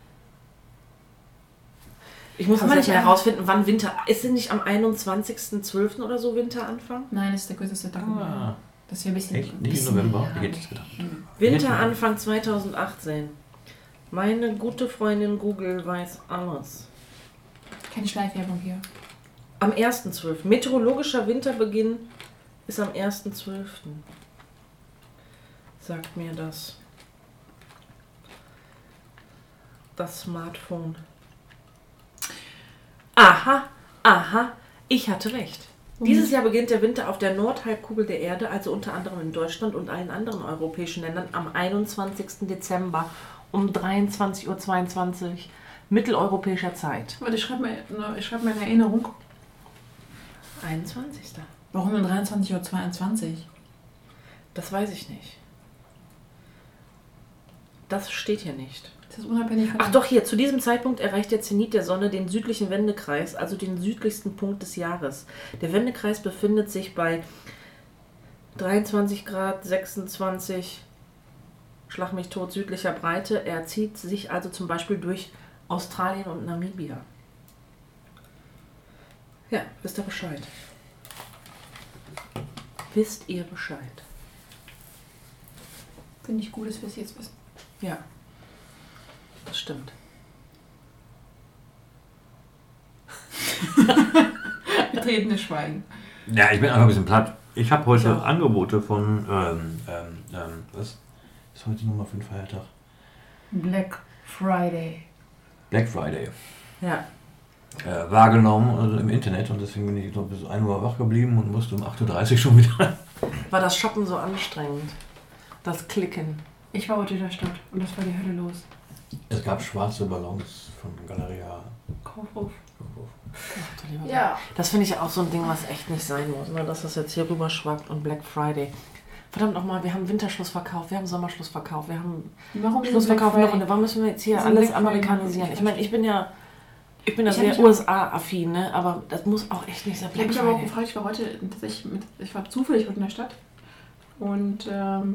Ich muss Kann mal man nicht nicht herausfinden, wann Winter... Ist es nicht am 21.12. oder so Winteranfang? Nein, das ist der kürzeste Tag. Das ist ja ein bisschen... Echt? Nicht im November? Ich hätte es gedacht. Winteranfang 2018. Meine gute Freundin Google weiß alles. Keine Schleifwerbung hier. Am 1.12. Meteorologischer Winterbeginn ist am 1.12. Sagt mir das Smartphone. Aha, ich hatte recht. Dieses Jahr beginnt der Winter auf der Nordhalbkugel der Erde, also unter anderem in Deutschland und allen anderen europäischen Ländern, am 21. Dezember um 23.22 Uhr mitteleuropäischer Zeit. Warte, ich schreibe mir eine Erinnerung. 21. Warum um 23.22 Uhr? Das weiß ich nicht. Das steht hier nicht. Das ist unabhängig von... Ach doch, hier, zu diesem Zeitpunkt erreicht der Zenit der Sonne den südlichen Wendekreis, also den südlichsten Punkt des Jahres. Der Wendekreis befindet sich bei 23 Grad 26, schlag mich tot, südlicher Breite. Er zieht sich also zum Beispiel durch Australien und Namibia. Ja, wisst ihr Bescheid. Wisst ihr Bescheid? Finde ich gut, dass wir es jetzt wissen. Ja. Das stimmt. Betretenes Schweigen. Ja, ich bin einfach ein bisschen platt. Ich habe heute Angebote von, was ist heute Nummer für ein Feiertag? Black Friday. Black Friday. Ja. Wahrgenommen, also im Internet, und deswegen bin ich noch bis 1 Uhr wach geblieben und musste um 8.30 Uhr schon wieder. War das Shoppen so anstrengend? Das Klicken? Ich war heute in der Stadt und das war die Hölle los. Es gab schwarze Ballons von Galeria Kaufhof. Ja. Das finde ich ja auch so ein Ding, was echt nicht sein muss, ne? Dass das jetzt hier rüber schwappt und Black Friday. Verdammt nochmal, wir haben Winterschlussverkauf, wir haben Sommerschlussverkauf, wir haben Schlussverkauf noch. Warum müssen wir jetzt hier alles amerikanisieren? Ich meine, ich bin ja sehr USA-affin, ne? Aber das muss auch echt nicht sein. Ich habe mich aber auch gefragt, ich war zufällig heute in der Stadt und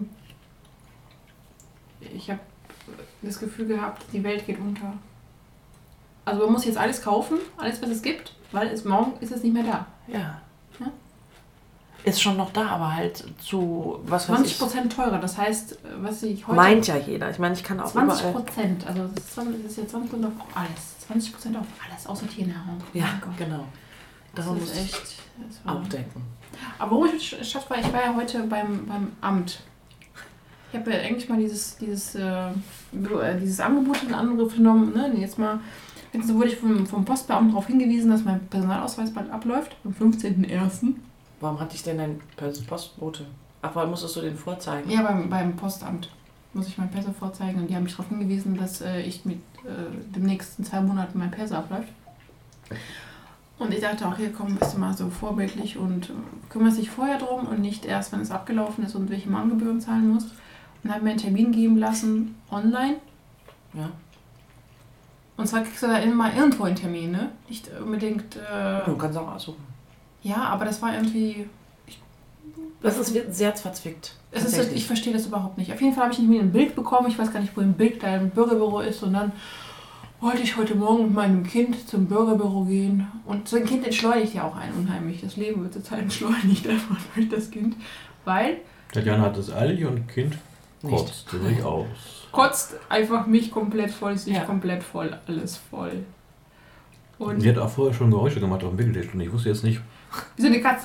ich habe das Gefühl gehabt, die Welt geht unter. Also man muss jetzt alles kaufen, alles was es gibt, weil morgen ist es nicht mehr da. Ja. Ist schon noch da, aber halt zu, was weiß ich, 20% teurer, das heißt, was ich heute... Meint ja jeder, ich meine, ich kann auch 20%, also das ist jetzt 20% auf alles. 20% auf alles, außer Tiernahrung. Ja, genau. Darum muss echt aufdenken. Aber warum ich in der Stadt war, ich war ja heute beim Amt. Ich habe ja eigentlich mal dieses Angebot in Angriff genommen. Ne? Jetzt wurde ich vom Postbeamten darauf hingewiesen, dass mein Personalausweis bald abläuft, am 15.01. Warum hatte ich denn dein Postbote? Ach, wann musstest du den vorzeigen? Ja, beim Postamt muss ich mein Perso vorzeigen. Und die haben mich darauf hingewiesen, dass ich mit demnächst in 2 Monaten mein Perso abläuft. Und ich dachte auch, hier komm, bist du mal so vorbildlich und kümmerst dich vorher drum und nicht erst, wenn es abgelaufen ist und welche Mahngebühren zahlen musst. Und habe mir einen Termin geben lassen, online. Ja. Und zwar kriegst du da immer irgendwo einen Termin, ne? Nicht unbedingt... Du kannst auch aussuchen. Ja, aber das war irgendwie... Das ist sehr verzwickt. Ich verstehe das überhaupt nicht. Auf jeden Fall habe ich nicht ein Bild bekommen. Ich weiß gar nicht, wo ein Bild da im Bürgerbüro ist. Und dann wollte ich heute Morgen mit meinem Kind zum Bürgerbüro gehen. Und so ein Kind entschleunigt ja auch einen unheimlich. Das Leben wird zurzeit entschleunigt einfach durch das Kind. Weil... Tatjana hat es eilig und Kind kotzt sich aus. Kotzt einfach mich komplett voll, sich komplett voll, alles voll. Und sie hat auch vorher schon Geräusche gemacht auf dem Wickeltisch und ich wusste jetzt nicht... Wie so eine Katze.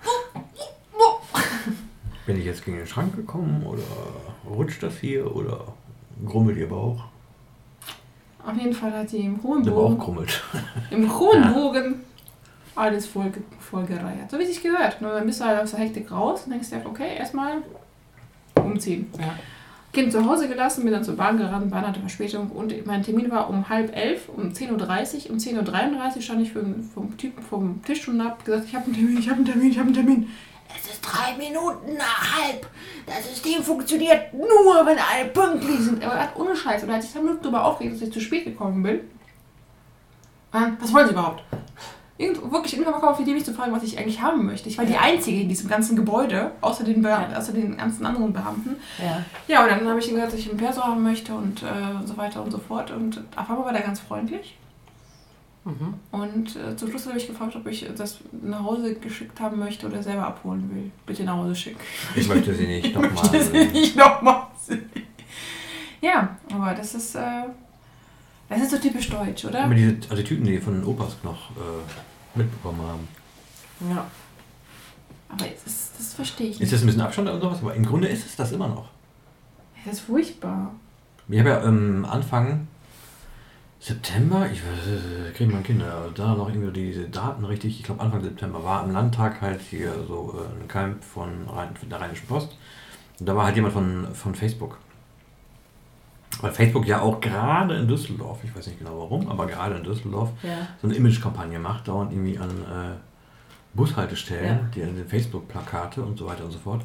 Bin ich jetzt gegen den Schrank gekommen oder rutscht das hier oder grummelt ihr Bauch? Auf jeden Fall hat die im hohen Der war auch Bogen, krummelt. im hohen Bogen alles voll gereiert. So wie es sich gehört. Nur dann bist du halt aus der Hektik raus und denkst dir, okay, erstmal umziehen. Ja. Kind zu Hause gelassen, bin dann zur Bahn gerannt, Bahn hatte Verspätung und mein Termin war um 10:30, um 10:30 Uhr. Um 10:33 Uhr stand ich vom Typen vom Tisch und hab gesagt, ich habe einen Termin. Es ist 3 Minuten nach 1:30. Das System funktioniert nur, wenn alle pünktlich sind. Aber er hat ohne Scheiß. Oder hat sich 10 Minuten darüber aufgeregt, dass ich zu spät gekommen bin. Was wollen Sie überhaupt? Irgendwann kam auf die Idee, mich zu fragen, was ich eigentlich haben möchte. Ich war die Einzige in diesem ganzen Gebäude, außer den ganzen anderen Beamten. Ja, und dann habe ich ihm gesagt, dass ich einen Perso haben möchte und so weiter und so fort. Und auf einmal war der ganz freundlich. Und zum Schluss habe ich gefragt, ob ich das nach Hause geschickt haben möchte oder selber abholen will. Bitte nach Hause schicken. Ich möchte sie nicht nochmal. Ich möchte sie nicht nochmal sehen. Ja, aber das ist so typisch deutsch, oder? Aber diese Attitüden, die von den Opas noch mitbekommen haben. Ja. Aber das verstehe ich nicht. Ist das ein bisschen Abstand oder sowas? Aber im Grunde ist es das immer noch. Das ist furchtbar. Ich habe ja Anfang September, ich kriege meine Kinder, da noch irgendwie diese Daten richtig, ich glaube Anfang September war am Landtag halt hier so ein Camp von der Rheinischen Post. Und da war halt jemand von Facebook. Weil Facebook ja auch gerade in Düsseldorf, ich weiß nicht genau warum, aber gerade in Düsseldorf so eine Imagekampagne macht, dauernd irgendwie an Bushaltestellen, die Facebook-Plakate und so weiter und so fort.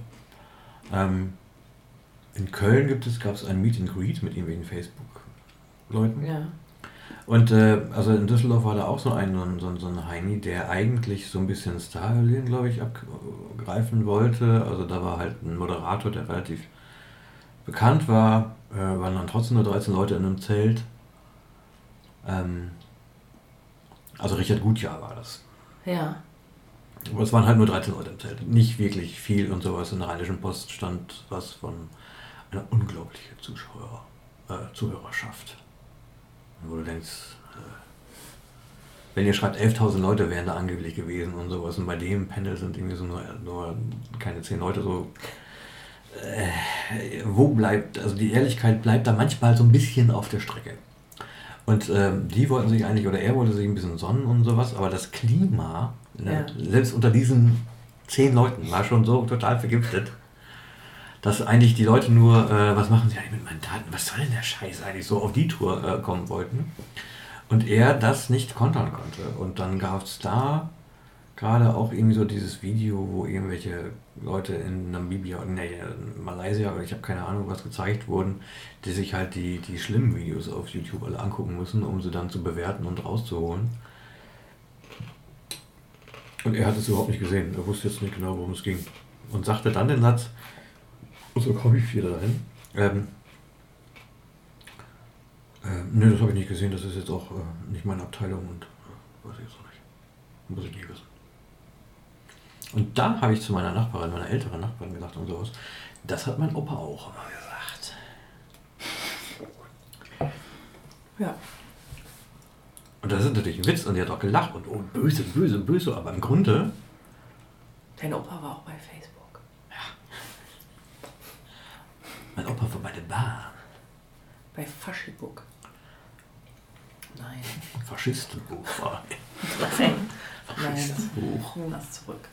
In Köln gab es ein Meet and Greet mit irgendwelchen Facebook-Leuten. Ja. Und also in Düsseldorf war da auch so ein Heini, der eigentlich so ein bisschen Star-Berlin, glaube ich, abgreifen wollte. Also da war halt ein Moderator, der relativ bekannt war, waren dann trotzdem nur 13 Leute in einem Zelt. Also Richard Gutjahr war das. Ja. Aber es waren halt nur 13 Leute im Zelt. Nicht wirklich viel und sowas. In der Rheinischen Post stand was von einer unglaublichen Zuhörerschaft. Wo du denkst, wenn ihr schreibt, 11.000 Leute wären da angeblich gewesen und sowas. Und bei dem Panel sind irgendwie so nur keine 10 Leute so. Wo bleibt, also die Ehrlichkeit bleibt da manchmal so ein bisschen auf der Strecke. Und die wollten sich eigentlich, oder er wollte sich ein bisschen sonnen und sowas, aber das Klima, selbst unter diesen 10 Leuten, war schon so total vergiftet, dass eigentlich die Leute nur, was machen sie eigentlich mit meinen Daten, was soll denn der Scheiß eigentlich, so auf die Tour kommen wollten. Und er das nicht kontern konnte. Und dann gab es da gerade auch irgendwie so dieses Video, wo irgendwelche Leute in Namibia, in Malaysia, oder ich habe keine Ahnung, was gezeigt wurden, die sich halt die schlimmen Videos auf YouTube alle angucken müssen, um sie dann zu bewerten und rauszuholen. Und er hat es überhaupt nicht gesehen. Er wusste jetzt nicht genau, worum es ging. Und sagte dann den Satz, so komme ich wieder dahin. Nö, das habe ich nicht gesehen, das ist jetzt auch nicht meine Abteilung und weiß ich jetzt auch nicht. Muss ich nicht wissen. Und dann habe ich zu meiner Nachbarin, meiner älteren Nachbarin gesagt und sowas, das hat mein Opa auch immer gesagt. Ja. Und das ist natürlich ein Witz und die hat auch gelacht und oh, böse, böse, böse, aber im Grunde... Dein Opa war auch bei Facebook. Ja. Mein Opa war bei der Bahn. Bei Faschibook. Nein. Faschistenbuch war. Nein. Faschistenbuch. Nimm das zurück.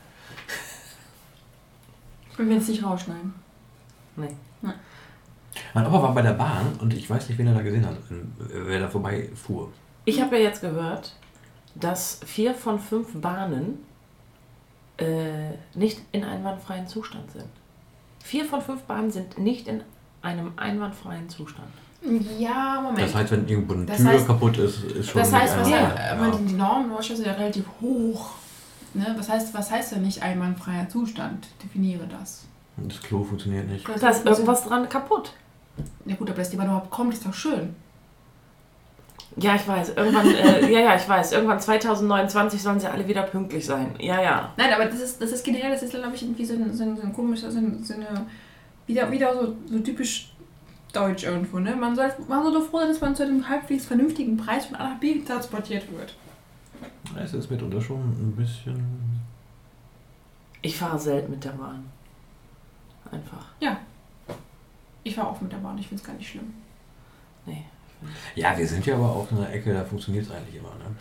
Können wir jetzt nicht rausschneiden? Nee. Mein Opa war bei der Bahn und ich weiß nicht, wen er da gesehen hat, wer da vorbei fuhr. Ich habe ja jetzt gehört, dass 4 von 5 Bahnen nicht in einwandfreien Zustand sind. 4 von 5 Bahnen sind nicht in einem einwandfreien Zustand. Ja, Moment. Das heißt, wenn irgendwo eine Tür kaputt ist schon... Das heißt, nicht die Normen in Deutschland sind ja relativ hoch. Ne? Was heißt denn nicht einwandfreier Zustand? Definiere das. Das Klo funktioniert nicht. Da ist irgendwas dran kaputt. Ja gut, aber dass die Bahn überhaupt kommt, ist doch schön. Ja, ich weiß. Irgendwann, ich weiß. Irgendwann 2029 sollen sie alle wieder pünktlich sein. Ja. Nein, aber das ist generell, das ist, glaube ich, irgendwie so ein komischer, wieder so typisch deutsch irgendwo, ne? Man soll doch froh sein, dass man zu einem halbwegs vernünftigen Preis von A nach B transportiert wird. Es ist mitunter schon ein bisschen... Ich fahre selten mit der Bahn. Einfach. Ja. Ich fahre auch mit der Bahn, ich finde es gar nicht schlimm. Nee, finde. Ja, wir sind ja aber auch in einer Ecke, da funktioniert es eigentlich immer, ne?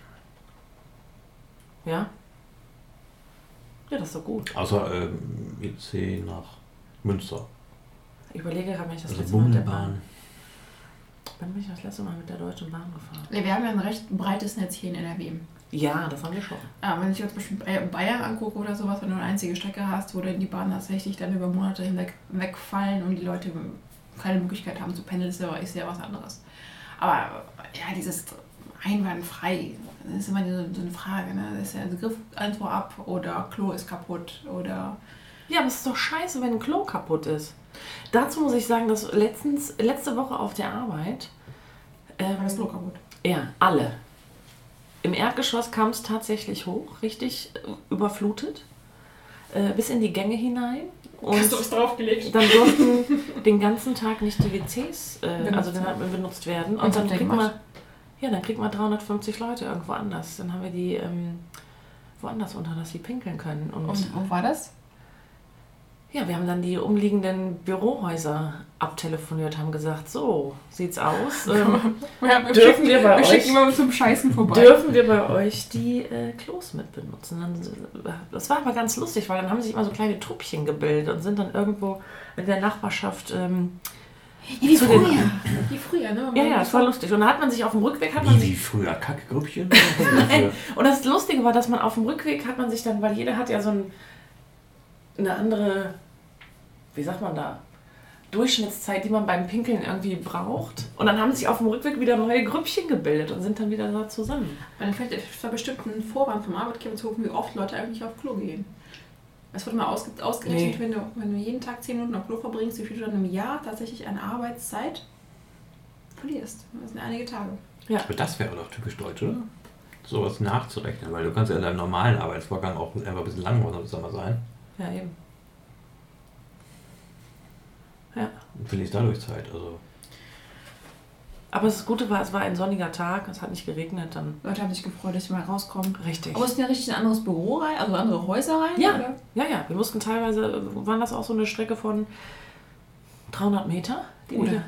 Ja? Ja, das ist doch gut. Außer EC nach Münster. Ich überlege gerade, wenn ich das Also letzte Mal mit der Bahn. Bummelbahn. Wann bin ich das letzte Mal mit der Deutschen Bahn gefahren? Nee, wir haben ja ein recht breites Netz hier in NRW. Ja, das haben wir schon. Wenn ich jetzt zum Beispiel Bayern angucke oder sowas, wenn du eine einzige Strecke hast, wo dann die Bahnen tatsächlich dann über Monate hinweg wegfallen und die Leute keine Möglichkeit haben zu pendeln, ist ja was anderes. Aber ja, dieses einwandfrei, das ist immer so eine Frage, ne? Das ist ja der Griff einfach ab oder Klo ist kaputt oder... Ja, aber es ist doch scheiße, wenn ein Klo kaputt ist. Dazu muss ich sagen, dass letzte Woche auf der Arbeit... war das Klo kaputt? Ja, alle. Im Erdgeschoss kam es tatsächlich hoch, richtig überflutet, bis in die Gänge hinein. Und hast du es draufgelegt? dann durften den ganzen Tag nicht die WCs benutzt werden. Und dann kriegt man 350 Leute irgendwo anders. Dann haben wir die woanders unter, dass sie pinkeln können. Und wo war das? ja, wir haben dann die umliegenden Bürohäuser abtelefoniert, haben gesagt, so sieht's aus. Dürfen wir schicken immer zum Scheißen vorbei. Dürfen wir bei euch die Klos mit benutzen? Das war aber ganz lustig, weil dann haben sich immer so kleine Truppchen gebildet und sind dann irgendwo in der Nachbarschaft... wie früher, ne? Ja, das war lustig. Und dann hat man sich auf dem Rückweg... Wie früher? Kackgrüppchen? Und das Lustige war, dass man auf dem Rückweg hat man sich dann, weil jeder hat ja so eine andere, wie sagt man da, Durchschnittszeit, die man beim Pinkeln irgendwie braucht. Und dann haben sich auf dem Rückweg wieder neue Grüppchen gebildet und sind dann wieder da zusammen. Weil vielleicht war bestimmt ein Vorwand vom Arbeitgeber zu rufen, wie oft Leute eigentlich auf Klo gehen. Es wird mal ausgerechnet, wenn du jeden Tag 10 Minuten auf Klo verbringst, wie viel du dann im Jahr tatsächlich an Arbeitszeit verlierst. Das sind einige Tage. Ja. Aber das wäre doch typisch deutsch, oder? Sowas nachzurechnen, weil du kannst ja in deinem normalen Arbeitsvorgang auch einfach ein bisschen langsamer sein. Ja, eben. Ja. Und verlierst dadurch Zeit, also... Aber das Gute war, es war ein sonniger Tag, es hat nicht geregnet, dann... Leute haben sich gefreut, dass sie mal rauskommen. Richtig. Aber mussten ja richtig ein anderes Büro rein, also andere Häuser rein? Ja, oder? ja. Wir mussten teilweise, waren das auch so eine Strecke von 300 Meter? Ja.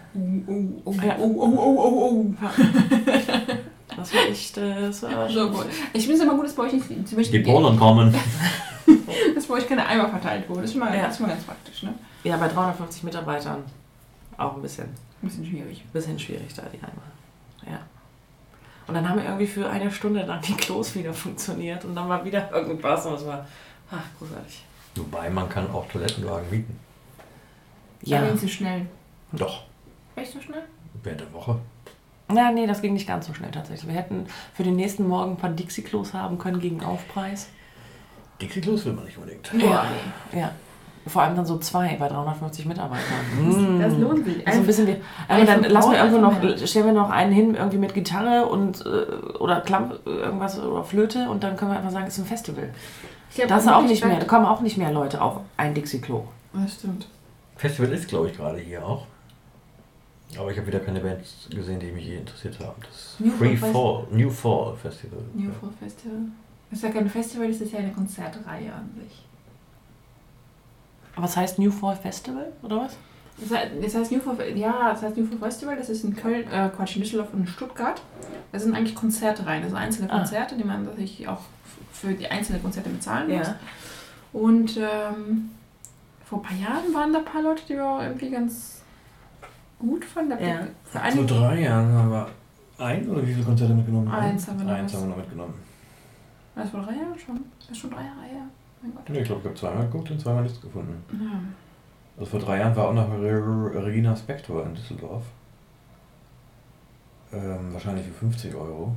Das war echt, das war so gut. Ich finde es immer gut, dass bei euch nicht... Die Polen kommen. dass bei euch keine Eimer verteilt wurden. Das ist schon mal ganz praktisch, ne? Ja, bei 350 Mitarbeitern auch ein bisschen schwierig. Bisschen schwierig da, die Eimer. Ja. Und dann haben wir irgendwie für eine Stunde lang die Klos wieder funktioniert und dann war wieder irgendwas und es war großartig. Wobei, man kann auch Toilettenwagen mieten. Ja. Aber nicht so schnell. Doch. Echt so schnell? Während der Woche. Ja, nee, das ging nicht ganz so schnell tatsächlich. Wir hätten für den nächsten Morgen ein paar Dixie-Klos haben können gegen Aufpreis. Dixie-Klos will man nicht unbedingt. Ja. Ja. Vor allem dann so 2 bei 350 Mitarbeitern. Das lohnt sich. Also ein bisschen wie, dann lassen wir irgendwo noch, stellen wir noch einen hin, irgendwie mit Gitarre und oder irgendwas oder Flöte und dann können wir einfach sagen, es ist ein Festival. Da ist auch nicht mehr, da kommen auch nicht mehr Leute auf ein Dixie-Klo. Das stimmt. Festival ist, glaube ich, gerade hier auch. Aber ich habe wieder keine Bands gesehen, die mich je interessiert haben. Das New Fall Festival. New Fall Festival. Das ist ja kein Festival, das ist ja eine Konzertreihe an sich. Aber es heißt New Fall Festival, oder was? Das heißt New Fall Festival, das ist in Köln, in Düsseldorf und in Stuttgart. Das sind eigentlich Konzertreihen, also einzelne Konzerte, die man sich auch für die einzelnen Konzerte bezahlen muss. Ja. Und vor ein paar Jahren waren da ein paar Leute, die wir irgendwie ganz gut fanden. Ja. Vor 3 Jahren haben wir oder wie viele Konzerte mitgenommen? Eins haben wir noch mitgenommen. Das vor 3 Jahren schon? Das ist schon 3 Jahre her. Mein Gott. Nee, ich glaube, ich habe zweimal geguckt und zweimal nichts gefunden. Ja. Also vor 3 Jahren war auch noch Regina Spektor in Düsseldorf. Wahrscheinlich für 50 €.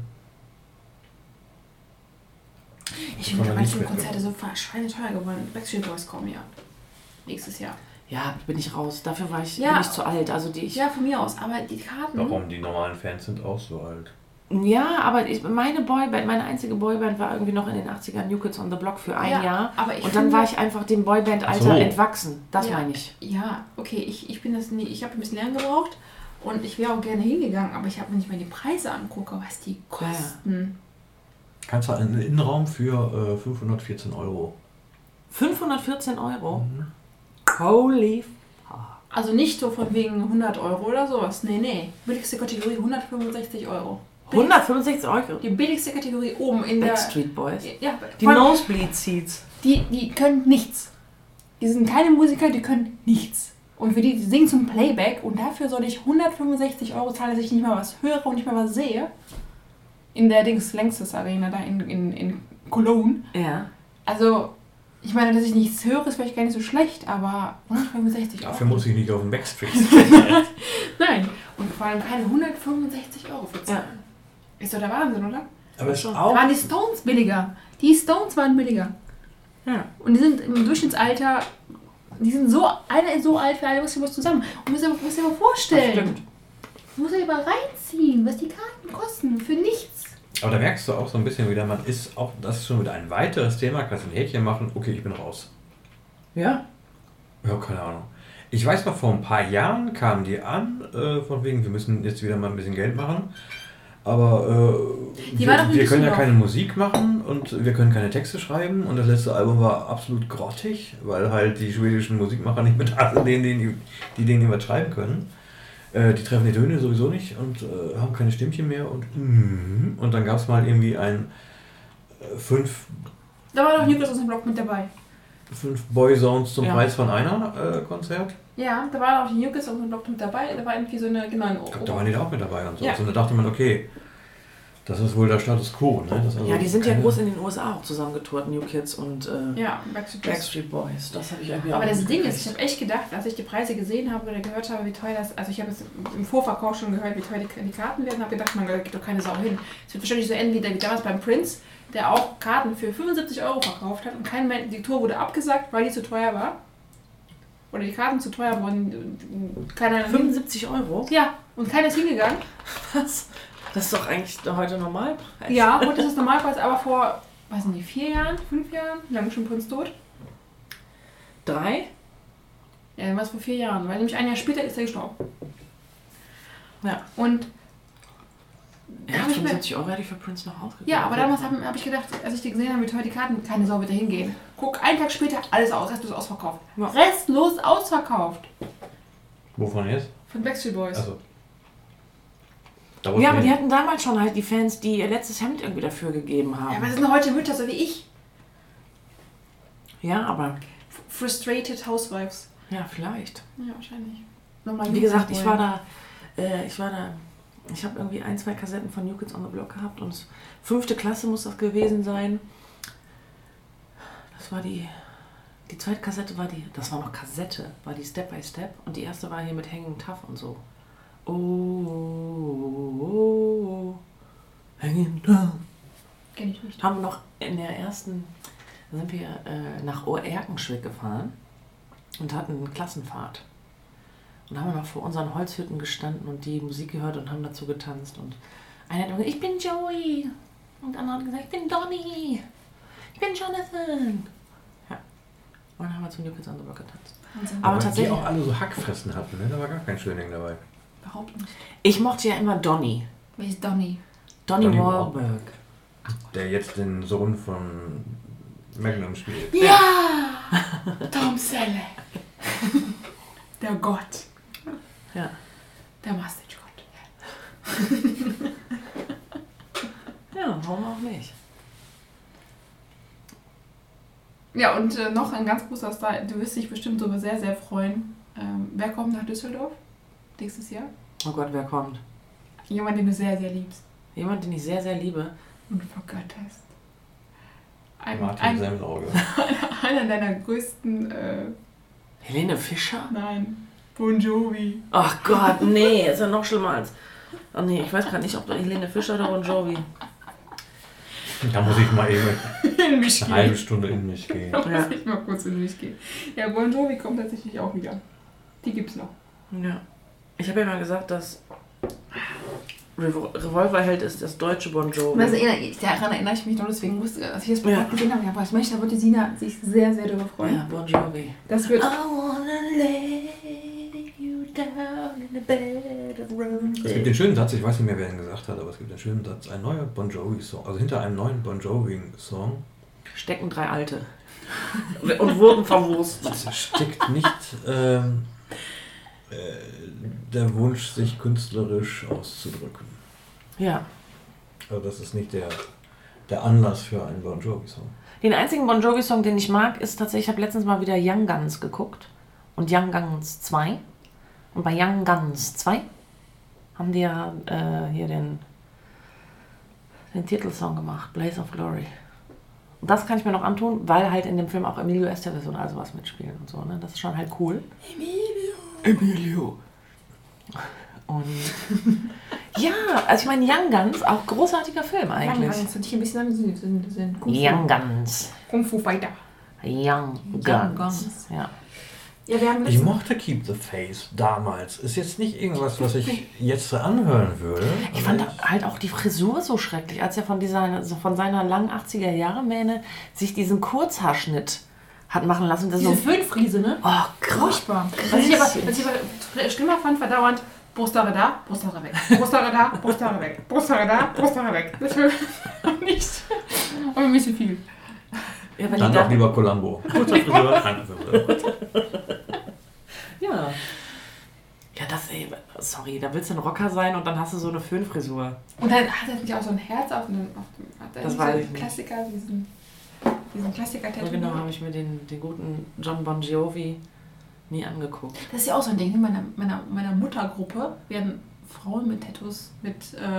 Ich finde die einzelnen Konzerte so schweineteuer geworden. Backstreet Boys kommen ja nächstes Jahr. Ja, bin ich raus. Dafür bin ich zu alt. Also ja, von mir aus. Aber die Karten... Warum? Die normalen Fans sind auch so alt. Ja, aber meine einzige Boyband war irgendwie noch in den 80ern New Kids on the Block für ein Jahr. Aber und dann war ich einfach dem Boyband-Alter entwachsen. Das meine ich. Ja, okay, ich bin das nie. Ich habe ein bisschen länger gebraucht und ich wäre auch gerne hingegangen, aber ich habe mir nicht mal die Preise angucke, was die kosten. Ja. Kannst du einen Innenraum für 514 €. 514 €? Mhm. Holy fuck. Also nicht so von wegen 100 Euro oder sowas. Nee. Billigste Kategorie 165 Euro. 165 Euro? Die billigste Kategorie oben in der... Backstreet Boys? Ja, die Nosebleed Seats. Die können nichts. Die sind keine Musiker, die können nichts. Und für die singen zum Playback und dafür soll ich 165 Euro zahlen, dass ich nicht mal was höre und nicht mal was sehe. In der Längstes Arena da in Cologne. Ja. Also, ich meine, dass ich nichts höre, ist vielleicht gar nicht so schlecht, aber 165 Euro. Dafür muss ich nicht auf den Backstreet. Nein. Und vor allem keine 165 Euro für zahlen. Ja. Ist doch der Wahnsinn, oder? Aber es ist Da auch... waren die Stones billiger. Die Stones waren billiger. Ja. Und die sind im Durchschnittsalter, einer ist so alt, für alle muss zusammen. Und muss dir mal vorstellen. Du musst dir mal reinziehen, was die Karten kosten. Für nichts. Aber da merkst du auch so ein bisschen wieder, man ist auch, das ist schon wieder ein weiteres Thema, kannst ein Häkchen machen, okay, ich bin raus. Ja? Ja, keine Ahnung. Ich weiß noch, vor ein paar Jahren kamen die an, von wegen, wir müssen jetzt wieder mal ein bisschen Geld machen. Aber wir können ja keine Musik machen und wir können keine Texte schreiben. Und das letzte Album war absolut grottig, weil halt die schwedischen Musikmacher nicht mit da sind, die den was schreiben können. Die treffen die Töne sowieso nicht und haben keine Stimmchen mehr. Und dann gab es mal irgendwie Da war doch Newcastle aus dem Block mit dabei. 5 Boyzones zum Preis von einer Konzert. Ja, da war auch die Newcastle aus dem Block mit dabei. Da war irgendwie so eine, genau, da waren die da auch mit dabei und so. Ja. Und da dachte man, okay, das ist wohl der Status Quo. Ne? Das also ja, die sind ja groß in den USA auch zusammengetourt, New Kids und Backstreet Boys. Das habe ich irgendwie Aber auch das Ding gekriegt. ist, ich habe echt gedacht, als ich die Preise gesehen habe oder gehört habe, wie teuer das, also ich habe es im Vorverkauf schon gehört, wie teuer die Karten werden, habe gedacht, man geht doch keine Sau hin. Es wird wahrscheinlich so enden wie damals beim Prince, der auch Karten für 75 Euro verkauft hat und kein Mensch, die Tour wurde abgesagt, weil die zu teuer war. Oder die Karten zu teuer wurden. 75 Euro? Ja, und keiner ist hingegangen. Was? Das ist doch eigentlich heute Normalpreis. Ja, heute ist es Normalpreis, aber vor, weiß nicht, 4 Jahren, 5 Jahren, wie lange ist schon Prince tot? 3? Ja, dann war es vor 4 Jahren, weil nämlich ein Jahr später ist er gestorben. Ja. Und ja, 75 Euro hätte ich für Prince noch ausgegeben. ja, aber damals habe ich gedacht, als ich die gesehen habe, wie teuer die Karten, keine Sau wird da hingehen. Guck, einen Tag später, alles aus, restlos ausverkauft. Ja. Restlos ausverkauft. Wovon jetzt? Von Backstreet Boys. Also. Ja, aber die hatten damals schon halt die Fans, die ihr letztes Hemd irgendwie dafür gegeben haben. Ja, aber das sind heute Mütter, so wie ich. Ja, aber... Frustrated Housewives. Ja, vielleicht. Ja, wahrscheinlich. Nochmal Wie gesagt, ich war da... Ich habe irgendwie 1, 2 Kassetten von New Kids on the Block gehabt und 5. Klasse muss das gewesen sein. Das war die zweite Kassette war das war noch Kassette, war die Step by Step und die erste war hier mit Hanging Tough und so. Oh, Hanging Tough. Kenn ich nicht. Haben wir noch in der ersten, da sind wir nach Oerkenschwick gefahren und hatten eine Klassenfahrt. Und haben wir noch vor unseren Holzhütten gestanden und die Musik gehört und haben dazu getanzt. Und einer hat gesagt, ich bin Joey. Und der andere hat gesagt, ich bin Donny. Ich bin Jonathan. Ja. Und dann haben wir zu New Kids on the Block getanzt. Aber tatsächlich die auch alle so Hackfressen hatten, ne? Da war gar kein Schöning dabei. Überhaupt nicht. Ich mochte ja immer Donny. Wer ist Donny? Donny Wahlberg. Der jetzt den Sohn von Magnum spielt. Ja! Tom Selleck. Der Gott. Ja. Der Mustache-Gott. Ja, warum auch nicht? Ja, und noch ein ganz großer Star, du wirst dich bestimmt darüber sehr, sehr freuen. Wer kommt nach Düsseldorf nächstes Jahr? Oh Gott, wer kommt? Jemand, den du sehr, sehr liebst. Jemand, den ich sehr, sehr liebe. Und vergötterst. Martin Semmelrogge. Einer deiner größten... Helene Fischer? Nein. Bon Jovi. Ach Gott, nee, ist ja noch schlimmer als... Oh nee, ich weiß gerade nicht, ob Helene Fischer oder Bon Jovi. Da muss ich mal eben in mich eine halbe Stunde in mich gehen. Da muss ich mal kurz in mich gehen. Ja, Bon Jovi kommt tatsächlich auch wieder. Die gibt's noch. Ja. Ich habe ja mal gesagt, dass Revolverheld ist das deutsche Bon Jovi. Daran erinnere ich mich noch, deswegen wusste, als ich das Projekt gesehen habe, aber ich möchte, da würde Sina sich sehr, sehr darüber freuen. Ja, Bon Jovi. Das wird... I wanna lay you down in the bed of roses. Es gibt den schönen Satz, ich weiß nicht mehr, wer ihn gesagt hat, aber es gibt den schönen Satz, ein neuer Bon Jovi-Song, also hinter einem neuen Bon Jovi-Song stecken 3 Alte und wurden verwurstet. Es steckt nicht der Wunsch, sich künstlerisch auszudrücken. Ja. Also das ist nicht der Anlass für einen Bon Jovi-Song. Den einzigen Bon Jovi-Song, den ich mag, ist tatsächlich, ich habe letztens mal wieder Young Guns geguckt. Und Young Guns 2. Und bei Young Guns 2 haben die ja hier den Titelsong gemacht, Blaze of Glory. Und das kann ich mir noch antun, weil halt in dem Film auch Emilio Estevez und all sowas mitspielen und so. Ne? Das ist schon halt cool. Emilio. Und ja, also ich meine, Young Guns, auch großartiger Film eigentlich. Young Guns, hätte ich ein bisschen sind Young Guns. Kung Fu Fighter. Young Guns. Ja. Ja, wir haben Ich mochte Keep the Faith damals. Ist jetzt nicht irgendwas, was ich jetzt anhören würde. Ich fand halt auch die Frisur so schrecklich, als er von seiner langen 80er-Jahre-Mähne sich diesen Kurzhaarschnitt hat machen lassen. Das diese so Föhnfriese, ne? Oh, furchtbar. Was ich aber schlimmer fand, war dauernd Brusthaare da, Brusthaare weg. Brusthaare da, Brusthaare weg. Brusthaare da, Brusthaare weg. Das will nicht. Aber ein bisschen viel. Ja, wenn dann doch lieber Columbo. Kurzer Frisur, ja. Ja, sorry, da willst du ein Rocker sein und dann hast du so eine Föhnfrisur. Und dann hat er nicht auch so ein Herz auf dem das weiß ich Klassiker, diesen Klassiker-Tattoo. So genau, habe ich mir den guten John Bon Jovi nie angeguckt. Das ist ja auch so ein Ding. In meiner Muttergruppe werden Frauen mit Tattoos mit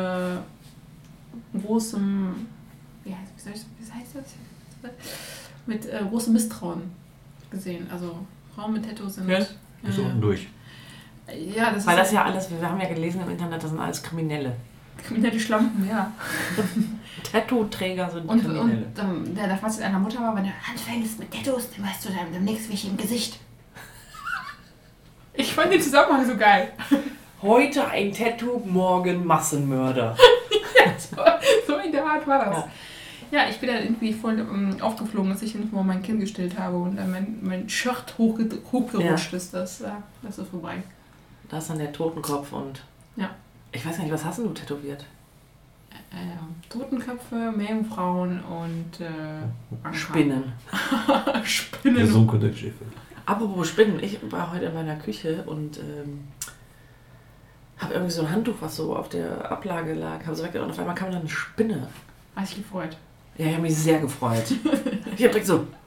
großem, wie heißt das? Mit großem Misstrauen gesehen. Also Frauen mit Tattoos sind... Bis unten durch. Ja, weil das ja alles, wir haben ja gelesen im Internet, das sind alles Kriminelle. Kriminelle Schlampen, ja. Tattoo-Träger sind Kriminelle. Und der Fazit einer Mutter war, wenn du anfängst mit Tattoos, dann weißt du dann demnächst welche im Gesicht. Ich fand den Zusammenhang so geil. Heute ein Tattoo, morgen Massenmörder. Ja, so in der Art war das. Ja, ich bin dann irgendwie voll aufgeflogen, dass ich nicht mal mein Kind gestillt habe und dann mein Shirt hochgerutscht ist. Das ist vorbei. Da ist dann der Totenkopf und... Ja. Ich weiß gar nicht, was hast du tätowiert? Totenköpfe, Meerjungfrauen und Spinnen. Spinnen. Gesunkene Schiffe. Apropos Spinnen, ich war heute in meiner Küche und habe irgendwie so ein Handtuch, was so auf der Ablage lag, habe so weggeräumt und auf einmal kam dann eine Spinne. Hast du dich gefreut? Ja, ich habe mich sehr gefreut. Ich habe direkt so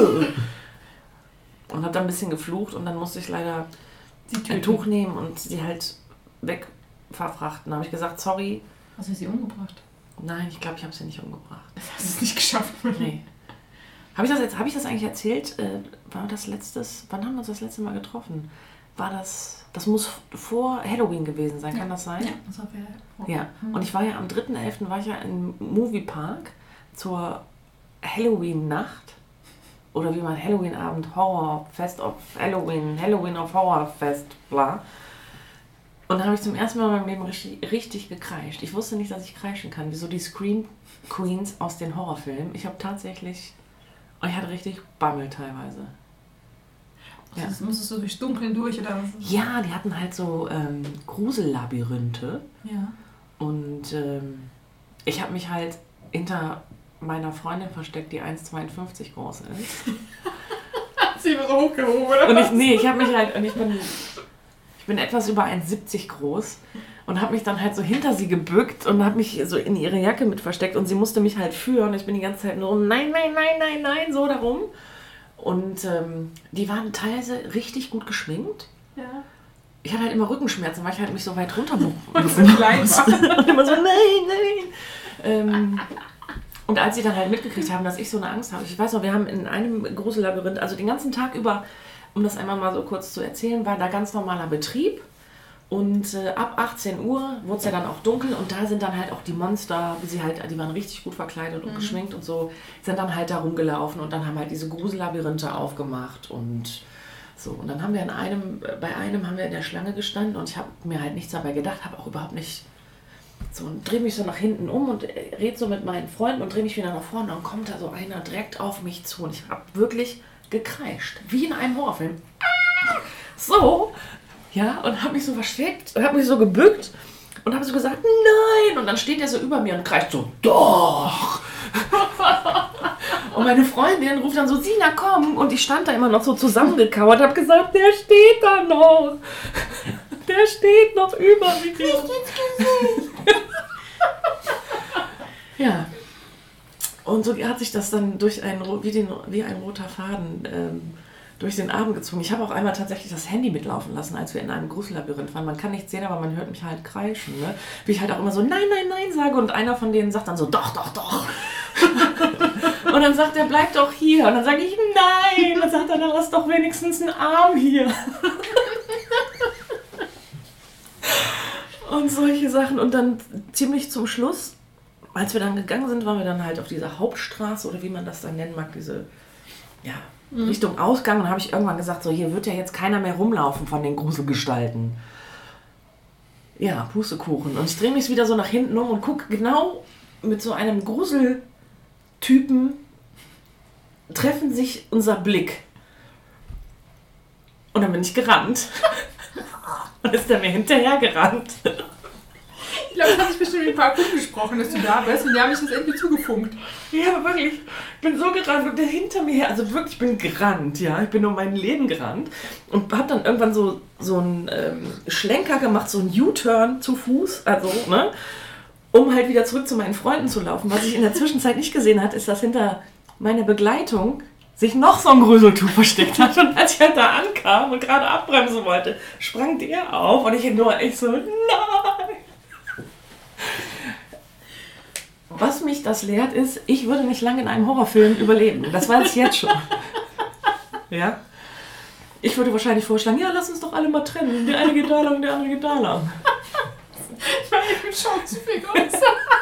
und habe dann ein bisschen geflucht und dann musste ich leider ein Tuch nehmen und sie halt wegverfrachten. Da habe ich gesagt, sorry. Hast du sie umgebracht? Nein, ich glaube, ich habe sie nicht umgebracht. Hast du es nicht geschafft? Nee. Habe ich das eigentlich erzählt? Wann haben wir uns das letzte Mal getroffen? Das muss vor Halloween gewesen sein, kann das sein? Ja, das war vor. Ja, und ich war ja am 3.11. war ich ja im Moviepark zur Halloween-Nacht. Oder wie man Halloween-Abend, Horrorfest of Halloween of Horrorfest, bla. Und da habe ich zum ersten Mal in meinem Leben richtig gekreischt. Ich wusste nicht, dass ich kreischen kann, wie so die Scream Queens aus den Horrorfilmen. Ich hatte richtig Bammel teilweise. Ja. Musstest du durch Dunkeln durch oder was? Ja, die hatten halt so Grusellabyrinthe. Ja. Und ich habe mich halt hinter meiner Freundin versteckt, die 1,52 groß ist. Hat sie so hochgehoben, oder? Und ich bin etwas über 1,70 groß und habe mich dann halt so hinter sie gebückt und habe mich so in ihre Jacke mit versteckt und sie musste mich halt führen. Ich bin die ganze Zeit nur nein, so darum. Und die waren teilweise richtig gut geschminkt. Ja. Ich hatte halt immer Rückenschmerzen, weil ich halt mich so weit runter und so klein war. Und immer so, nein. Und als sie dann halt mitgekriegt haben, dass ich so eine Angst habe, ich weiß noch, wir haben in einem Grusellabyrinth, also den ganzen Tag über, um das einmal mal so kurz zu erzählen, war da ganz normaler Betrieb. Und ab 18 Uhr wurde es ja dann auch dunkel und da sind dann halt auch die Monster, die waren richtig gut verkleidet und geschminkt und so, sind dann halt da rumgelaufen und dann haben halt diese Grusellabyrinthe aufgemacht und so. Und dann haben wir bei einem haben wir in der Schlange gestanden und ich habe mir halt nichts dabei gedacht, habe auch überhaupt nicht so und drehe mich so nach hinten um und rede so mit meinen Freunden und drehe mich wieder nach vorne und kommt da so einer direkt auf mich zu und ich habe wirklich gekreischt, wie in einem Horrorfilm. So. Ja, und habe mich so versteckt und habe mich so gebückt und habe so gesagt, nein! Und dann steht er so über mir und kreischt so, doch! Und meine Freundin ruft dann so, Sina, komm! Und ich stand da immer noch so zusammengekauert, habe gesagt, der steht da noch! Der steht noch über mir. Ja. Und so hat sich das dann durch wie ein roter Faden durch den Abend gezogen. Ich habe auch einmal tatsächlich das Handy mitlaufen lassen, als wir in einem Grusel-Labyrinth waren. Man kann nichts sehen, aber man hört mich halt kreischen. Ne? Wie ich halt auch immer so nein, nein, nein sage und einer von denen sagt dann so doch, doch, doch. Und dann sagt er, bleib doch hier. Und dann sage ich nein. Und dann sagt er, dann lass doch wenigstens einen Arm hier. Und solche Sachen. Und dann ziemlich zum Schluss, als wir dann gegangen sind, waren wir dann halt auf dieser Hauptstraße oder wie man das dann nennen mag, diese Richtung Ausgang. Und dann habe ich irgendwann gesagt, so hier wird ja jetzt keiner mehr rumlaufen von den Gruselgestalten. Ja, Pustekuchen. Und ich drehe mich wieder so nach hinten um und gucke genau mit so einem Gruseltypen treffen sich unser Blick. Und dann bin ich gerannt. Und ist er mir hinterher gerannt. Ich glaube, das hat sich bestimmt mit ein paar Kunden gesprochen, dass du da bist und die haben mich das irgendwie zugefunkt. Ja, aber wirklich, ich bin so gerannt und der hinter mir her, also wirklich, ich bin gerannt, ja, ich bin um mein Leben gerannt und habe dann irgendwann so einen Schlenker gemacht, so einen U-Turn zu Fuß, also, ne, um halt wieder zurück zu meinen Freunden zu laufen. Was ich in der Zwischenzeit nicht gesehen habe, ist, dass hinter meiner Begleitung sich noch so ein Grüseltuch versteckt hat. Und als ich halt da ankam und gerade abbremsen wollte, sprang der auf und ich nur echt so, nein! Was mich das lehrt ist, ich würde nicht lange in einem Horrorfilm überleben. Das weiß ich jetzt schon. Ja? Ich würde wahrscheinlich vorschlagen, ja, lass uns doch alle mal trennen. Der eine geht da lang, der andere geht da lang. Ich meine, ich bin schon zu viel groß.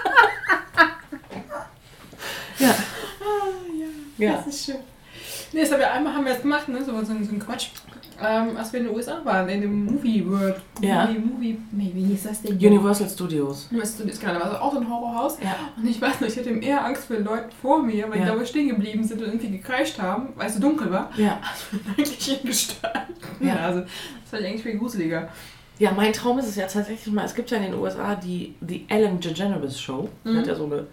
Ja. Ja. Das ist schön. Nee, das haben wir jetzt gemacht, ne? So ein Quatsch. Als wir in den USA waren, in dem Movie World. Ja. Wie hieß das denn? Universal Studios. Universal Studios, genau. Da war auch so ein Horrorhaus. Ja. Und ich weiß nicht, ich hatte eher Angst vor den Leuten vor mir, weil die da stehen geblieben sind und irgendwie gekreischt haben, weil es so dunkel war. Ja. Also eigentlich in Gestalten. Ja. Also, das fand ich eigentlich viel gruseliger. Ja, mein Traum ist es ja tatsächlich mal, es gibt ja in den USA die Ellen DeGeneres Show. Die hat ja so eine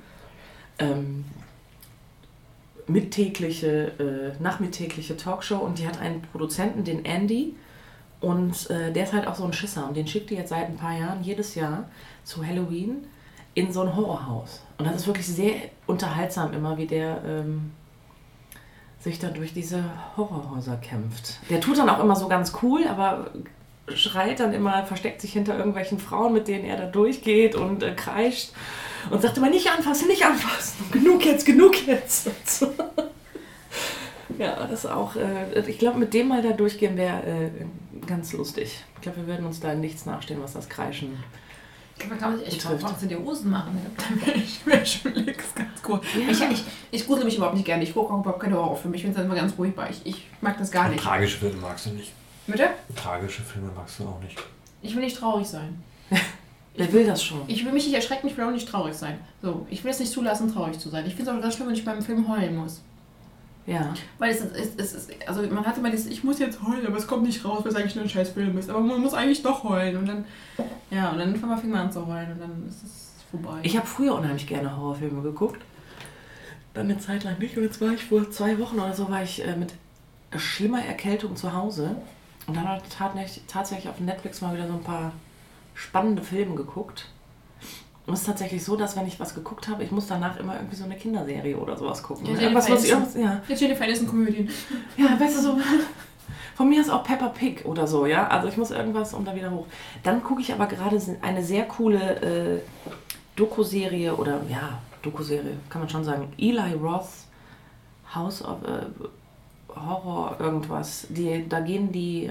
nachmittägliche Talkshow und die hat einen Produzenten, den Andy, und der ist halt auch so ein Schisser und den schickt die jetzt seit ein paar Jahren jedes Jahr zu Halloween in so ein Horrorhaus. Und das ist wirklich sehr unterhaltsam immer, wie der sich dann durch diese Horrorhäuser kämpft. Der tut dann auch immer so ganz cool, aber schreit dann immer, versteckt sich hinter irgendwelchen Frauen, mit denen er da durchgeht und kreischt und sagt immer, nicht anfassen, genug jetzt. Ja, das ist auch, ich glaube, mit dem mal da durchgehen wäre ganz lustig. Ich glaube, wir würden uns da nichts nachstehen, was das Kreischen Da kann man sich echt was in die Hosen machen. Da wäre schon links ganz cool. Ja. Ich grusel mich überhaupt nicht gerne. Ich gucke auch überhaupt keine Horrorfilme. Ich finde es immer ganz ruhig, weil ich mag das gar nicht. Tragische Filme magst du nicht. Bitte? Tragische Filme magst du auch nicht. Ich will nicht traurig sein. Wer will das schon? Ich will mich nicht erschrecken, ich will auch nicht traurig sein. So, ich will es nicht zulassen, traurig zu sein. Ich finde es auch ganz schlimm, wenn ich beim Film heulen muss. Ja. Weil es ist, also man hat immer dieses, ich muss jetzt heulen, aber es kommt nicht raus, weil es eigentlich nur ein scheiß Film ist. Aber man muss eigentlich doch heulen. Und dann, ja, und dann fing man an zu heulen und dann ist es vorbei. Ich habe früher unheimlich gerne Horrorfilme geguckt. Dann eine Zeit lang nicht. Und jetzt war ich vor 2 Wochen oder so, mit schlimmer Erkältung zu Hause. Und dann habe ich tatsächlich auf Netflix mal wieder so ein paar spannende Filme geguckt. Und es ist tatsächlich so, dass wenn ich was geguckt habe, ich muss danach immer irgendwie so eine Kinderserie oder sowas gucken. Ja, Jennifer Aniston-Komödien. Ja, weißt du, so von mir ist auch Peppa Pig oder so, ja. Also ich muss irgendwas da wieder hoch. Dann gucke ich aber gerade eine sehr coole Doku-Serie oder, ja, Doku-Serie, kann man schon sagen. Eli Roth, House of Horror, irgendwas. Da gehen die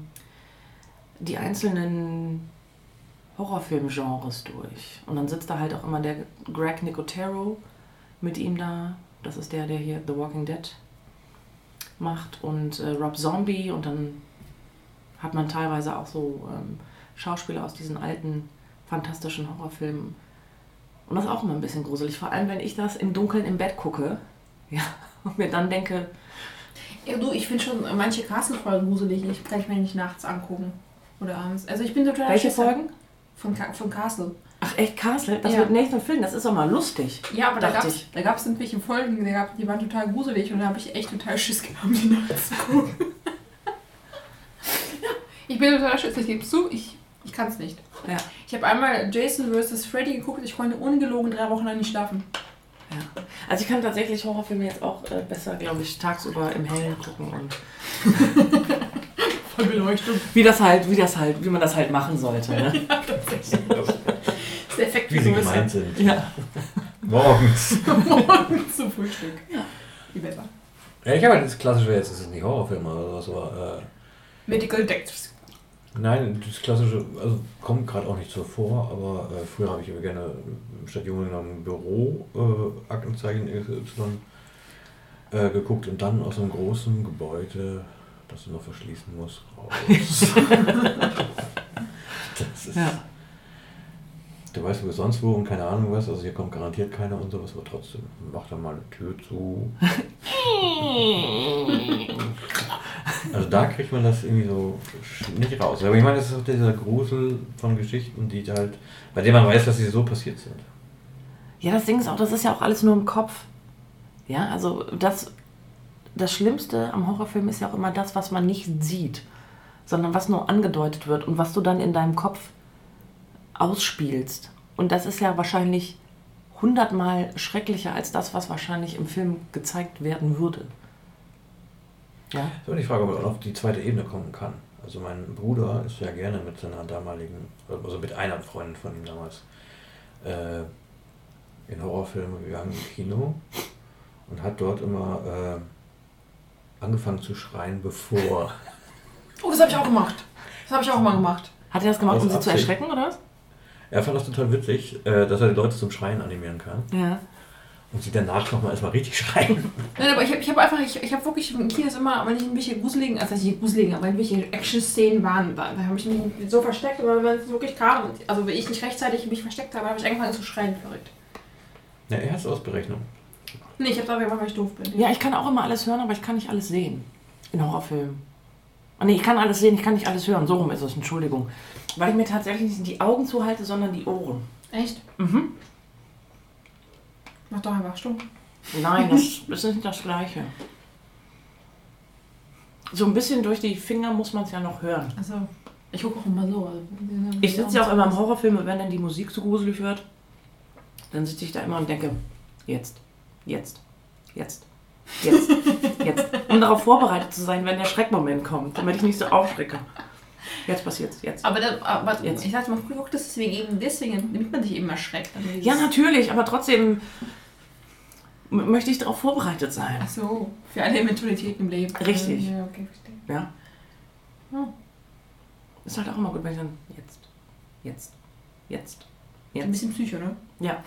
einzelnen Horrorfilm-Genres durch. Und dann sitzt da halt auch immer der Greg Nicotero mit ihm da. Das ist der hier The Walking Dead macht. Und Rob Zombie. Und dann hat man teilweise auch so Schauspieler aus diesen alten, fantastischen Horrorfilmen. Und das ist auch immer ein bisschen gruselig. Vor allem, wenn ich das im Dunkeln im Bett gucke. Ja, und mir dann denke... Ja, du, ich finde schon manche Castle-Folgen gruselig. Kann ich mir nicht nachts angucken. Oder abends. Also ich bin total... Welche Folgen? Von Castle. Ach echt, Castle? Das wird Nathan Fillion, das ist doch mal lustig. Ja, aber da gab es irgendwelche Folgen, die waren total gruselig und da habe ich echt total Schiss gehabt, die nachts zu gucken. Ja, ich bin total Schiss, ich gebe zu, Ich kann es nicht. Ja. Ich habe einmal Jason vs. Freddy geguckt, ich konnte ungelogen 3 Wochen lang nicht schlafen. Ja. Also ich kann tatsächlich Horrorfilme jetzt auch besser, glaube ich, tagsüber im Hellen gucken und voll Beleuchtung. wie man das halt machen sollte. Ne? Ja, tatsächlich. Das Effekt, wie sie gemeint sind. Ja. Morgens. Morgens zum Frühstück. Ja, wie besser. Ja, ich habe halt das klassische, jetzt ist es nicht Horrorfilm oder sowas, aber Medical Detectives. nein, das klassische, also kommt gerade auch nicht so vor, aber früher habe ich immer gerne statt Junge genommen Büro, Aktenzeichen XY geguckt und dann aus einem großen Gebäude, das du noch verschließen musst, raus. Das ist, Ja. du weißt wo sonst wo und keine Ahnung was, also hier kommt garantiert keiner und sowas, aber trotzdem, mach da mal eine Tür zu. Also da kriegt man das irgendwie so nicht raus. Aber ich meine, das ist auch dieser Grusel von Geschichten, die halt, bei denen man weiß, dass sie so passiert sind. Ja, das Ding ist auch, das ist ja auch alles nur im Kopf. Ja, also das Schlimmste am Horrorfilm ist ja auch immer das, was man nicht sieht, sondern was nur angedeutet wird und was du dann in deinem Kopf ausspielst. Und das ist ja wahrscheinlich 100-mal schrecklicher als das, was wahrscheinlich im Film gezeigt werden würde. Ja? Das ist aber die Frage, ob man auch auf die zweite Ebene kommen kann. Also mein Bruder ist ja gerne mit seiner damaligen, also mit einer Freundin von ihm damals, in Horrorfilme gegangen im Kino und hat dort immer angefangen zu schreien, bevor... Oh, das habe ich auch gemacht. Das habe ich auch mal gemacht. Hat er das gemacht, Aus um sie zu Absicht. erschrecken, oder was? Er fand das total witzig, dass er die Leute zum Schreien animieren kann Ja. und sie danach nochmal erstmal richtig schreien. Nein, aber ich habe wirklich im Kino immer, wenn ich irgendwelche gruseligen, also nicht gruseligen, aber irgendwelche Action-Szenen waren, da habe ich mich so versteckt, aber wenn es wirklich kam, also wenn ich nicht rechtzeitig mich versteckt habe, habe ich angefangen zu schreien, verrückt. Ja, er hat es aus Berechnung. Nee, ich habe da gemacht, weil ich doof bin. Ja, ich kann auch immer alles hören, aber ich kann nicht alles sehen. In Horrorfilmen. Oh, nee, ich kann alles sehen, ich kann nicht alles hören. So rum ist es, Entschuldigung. Weil ich mir tatsächlich nicht die Augen zuhalte, sondern die Ohren. Echt? Mhm. Mach doch einfach stumm. Nein, das ist nicht das Gleiche. So ein bisschen durch die Finger muss man es ja noch hören. Also, ich gucke auch immer so. Also, Ich sitze ja auch immer im Horrorfilm und wenn dann die Musik so gruselig wird, dann sitze ich da immer und denke, jetzt, jetzt, jetzt, jetzt, jetzt. Um darauf vorbereitet zu sein, wenn der Schreckmoment kommt, damit ich nicht so aufschrecke. Jetzt passiert's, jetzt. Aber Jetzt. ich sagte mal, früher guckt das deswegen, damit man sich eben erschreckt. Ja, natürlich, aber trotzdem möchte ich darauf vorbereitet sein. Ach so, für alle Eventualitäten im Leben. Richtig. Ja, okay, verstehe. Ja. Ja. Ist halt auch immer gut, wenn ich dann jetzt, jetzt, jetzt, Ein jetzt. bisschen Psycho, ne? Ja.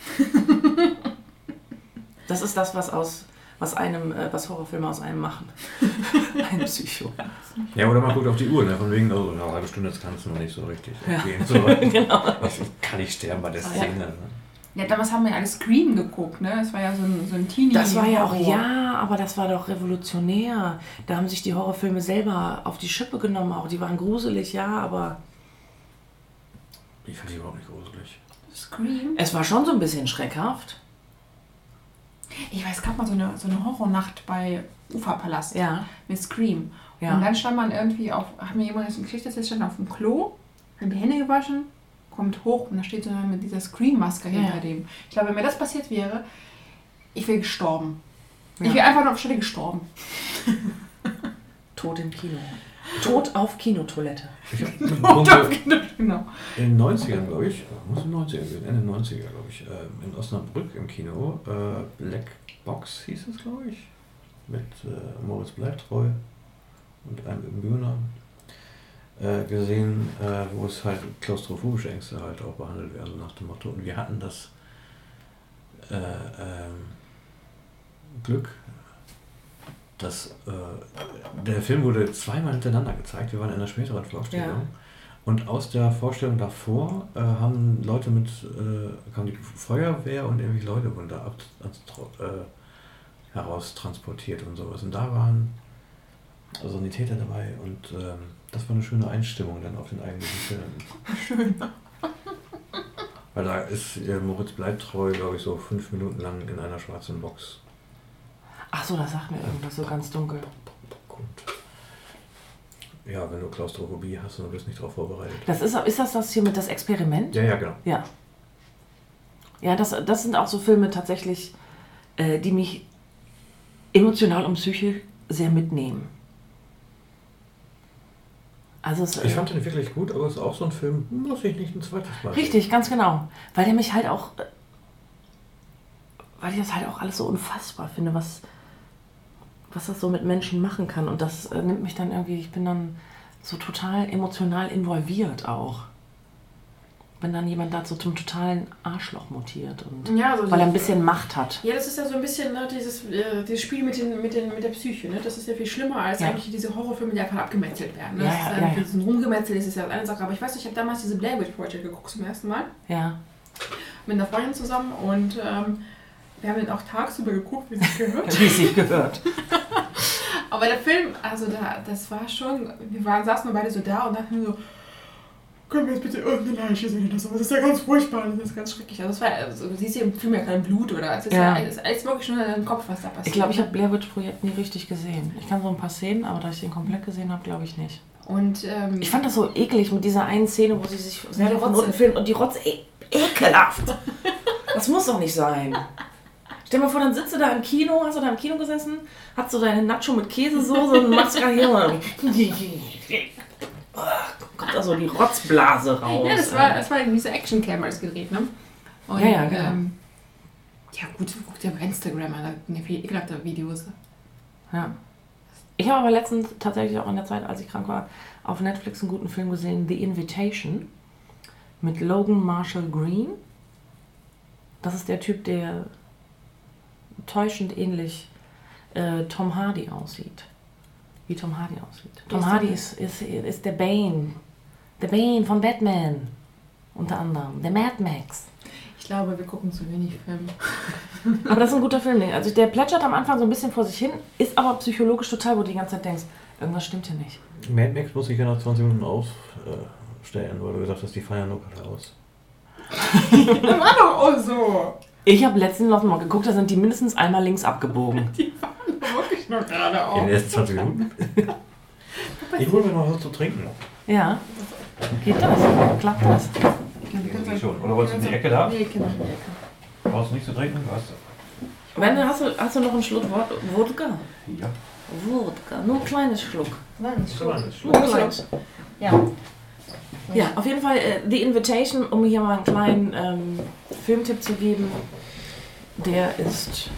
Das ist das, was Horrorfilme aus einem machen. Ein Psycho. Ja, oder man guckt auf die Uhr, ne? Von wegen, oh, eine halbe Stunde, jetzt kannst du noch nicht so richtig. Ja. Okay, so. Genau. Was, kann ich sterben bei der Szene? Ne? Ja, damals haben wir ja alle Scream geguckt, ne? Das war ja so ein Teenie. Das war ja auch, Horror. ja, aber das war doch revolutionär. Da haben sich die Horrorfilme selber auf die Schippe genommen, auch die waren gruselig, ja, aber Ich fand die überhaupt nicht gruselig. Scream? es war schon so ein bisschen schreckhaft. Ich weiß, es gab mal so eine Horrornacht bei Uferpalast Ja. mit Scream. Ja. Und dann stand man irgendwie hat mir jemand eine Geschichte erzählt, stand auf dem Klo, hat die Hände gewaschen, kommt hoch und da steht so einer mit dieser Scream-Maske hinter dem. Ich glaube, wenn mir das passiert wäre, ich wäre gestorben. Ja. Ich wäre einfach nur auf Stelle gestorben. Tod im Kino. Tod auf Kinotoilette. Ich hab einen Kumpel Genau. in den 90ern, glaube ich, muss in den 90ern gewesen, Ende 90er, glaube ich, in Osnabrück im Kino, Black Box hieß es, glaube ich, mit Moritz Bleibtreu und einem Bühner gesehen, wo es halt klaustrophobische Ängste halt auch behandelt werden, so nach dem Motto. Und wir hatten das Glück, dass der Film wurde zweimal hintereinander gezeigt. Wir waren in einer späteren Vorstellung. Ja. Und aus der Vorstellung davor haben Leute kam die Feuerwehr und irgendwelche Leute wurden da heraus transportiert und sowas. Und da waren Sanitäter dabei und das war eine schöne Einstimmung dann auf den eigentlichen Film. Schön. Weil da ist Moritz Bleibtreu, glaube ich, so 5 Minuten lang in einer schwarzen Box. Ach so, das sagt mir irgendwas so ganz dunkel. Und Ja, wenn du Klaustrophobie hast und du bist nicht darauf vorbereitet. Ist das hier mit das Experiment? Ja, genau. Ja. Ja, das sind auch so Filme tatsächlich, die mich emotional und psychisch sehr mitnehmen. Also ich fand den wirklich gut, aber es ist auch so ein Film, muss ich nicht ein zweites Mal sehen. Richtig, ganz genau. Weil der mich halt auch, weil ich das halt auch alles so unfassbar finde, was das so mit Menschen machen kann. Und das nimmt mich dann irgendwie, ich bin dann so total emotional involviert auch. Wenn dann jemand da so zum totalen Arschloch mutiert und Ja, also weil er ein bisschen Macht hat. Ja, das ist ja so ein bisschen dieses Spiel mit der Psyche. Ne? Das ist ja viel schlimmer als eigentlich diese Horrorfilme, die einfach abgemetzelt werden. Ne? Ja, das ist ja. diesen Rumgemetzelt ist ja eine Sache. Aber ich weiß nicht, ich habe damals diese Blair Witch Project geguckt zum ersten Mal. Ja. Mit einer Freundin zusammen und wir haben den auch tagsüber geguckt, wie es sich gehört. Wie es sich gehört. Aber der Film, also das war schon, saßen wir beide so da und dachten so, können wir jetzt bitte irgendeine Leiche sehen oder so? Das ist ja ganz furchtbar, das ist ganz schrecklich. Also du siehst hier im Film ja kein Blut oder es ist alles wirklich nur in deinem Kopf, was da passiert. Ich glaube, ich habe Blair Witch Projekt nie richtig gesehen. Ich kann so ein paar Szenen, aber da ich den komplett gesehen habe, glaube ich nicht. Und ich fand das so eklig mit dieser einen Szene, wo sie sich selber von unten filmt und die Rotze ekelhaft. Das muss doch nicht sein. Stell dir mal vor, dann sitzt du da im Kino, hast du da im Kino gesessen, hast du deine Nacho mit Käsesoße und machst gerade hier mal kommt da so die Rotzblase raus. Ja, das war in dieser Action-Cam alles gedreht, ne? Und, ja, genau. Ja gut, guckt ja bei Instagram, da gibt viel ekelhafte Videos. Ja. Ich habe aber letztens tatsächlich auch in der Zeit, als ich krank war, auf Netflix einen guten Film gesehen, The Invitation, mit Logan Marshall Green. Das ist der Typ, der täuschend ähnlich Tom Hardy aussieht. Wie Tom Hardy aussieht. Tom Hardy ist der Bane. Der Bane von Batman. Unter anderem. Der Mad Max. Ich glaube, wir gucken zu wenig Filme. Aber das ist ein guter Film. Also der plätschert am Anfang so ein bisschen vor sich hin, ist aber psychologisch total, wo du die ganze Zeit denkst, irgendwas stimmt hier nicht. Mad Max muss ich ja nach 20 Minuten ausstellen, weil du gesagt hast, die feiern nur gerade aus. Das war doch auch so. Ich habe letztens noch mal geguckt, da sind die mindestens einmal links abgebogen. Die waren wirklich noch gerade auf. In den ersten 20 Minuten? Ich hole mir noch was zu trinken. Ja. Geht das? Klappt das? Ja, schon. Oder wolltest du in die Ecke da? Nee, ich kann nicht in die Ecke. Brauchst du nichts zu trinken? Wenn, hast du noch einen Schluck Wodka? Ja. Wodka, nur ein kleines Schluck. Nein, Nur ein kleines. Ja. Ja, auf jeden Fall The Invitation, um hier mal einen kleinen Filmtipp zu geben. Der ist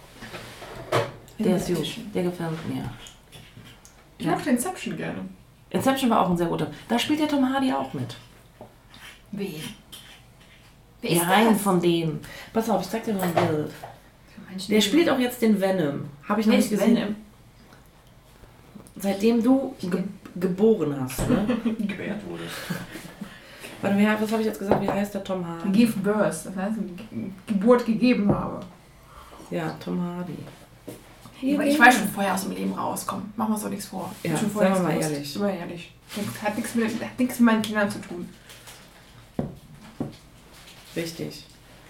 gut. Der gefällt mir. Ich mochte Inception gerne. Inception war auch ein sehr guter. Da spielt der Tom Hardy auch mit. Wen? Wer Ja, ist einen das? von denen. Pass auf, ich zeig dir mal ein Bild. Der spielt auch jetzt den Venom. Habe ich noch nicht gesehen. Venom? Seitdem du geboren hast, ne? Gebärt wurde. Warte, was habe ich jetzt gesagt? Wie heißt der Tom Hardy? Give birth, das heißt, Geburt gegeben habe. Ja, Tom Hardy. Aber ich weiß schon vorher aus dem Leben raus. Komm, machen wir uns doch nichts vor. Ja, schon seien wir mal ehrlich. Sind wir ehrlich. Hat nichts mit meinen Kindern zu tun. Richtig.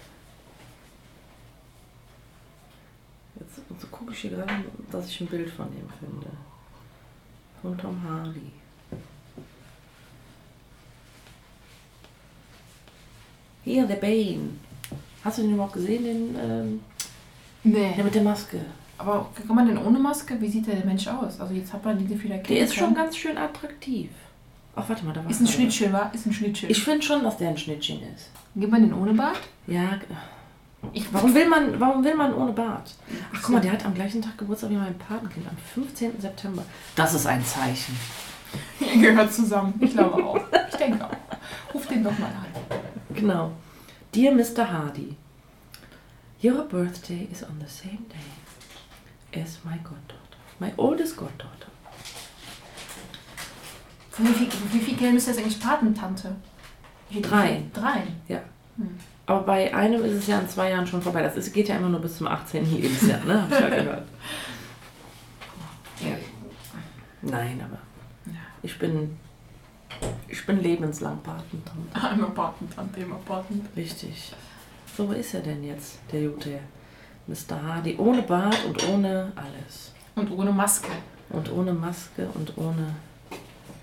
Jetzt gucke ich hier gerade, dass ich ein Bild von ihm finde. Von Tom Hardy. Hier, der Bane. Hast du den überhaupt gesehen, den Nee. der mit der Maske? Aber kann man denn ohne Maske? Wie sieht der Mensch aus? Also jetzt hat man die viel erkennen. Der ist schon ganz schön attraktiv. Ach, warte mal, da war Ist ein Schnittchen, wa? Ist ein Schnittchen. Ich finde schon, dass der ein Schnittchen ist. Gibt man den ohne Bart? Ja. Warum will man ohne Bart? Ach, guck mal, der hat am gleichen Tag Geburtstag wie mein Patenkind, am 15. September. Das ist ein Zeichen. Ihr gehört zusammen. Ich glaube auch. Ich denke auch. Ruf den doch mal an. Genau. Dear Mr. Hardy, your birthday is on the same day as my goddaughter, my oldest goddaughter. Von wie viel Geld ist das eigentlich Patentante? 3. 3? Ja. Aber bei einem ist es ja in 2 Jahren schon vorbei. Geht ja immer nur bis zum 18. Lebensjahr, ne? Hab ich ja gehört. Ja. Nein, aber ich bin lebenslang Patentante. Einmal Patentante, immer Patentante. Richtig. So, wo ist er denn jetzt, der gute Mr. Hardy? Ohne Bart und ohne alles. Und ohne Maske. Und ohne Maske und ohne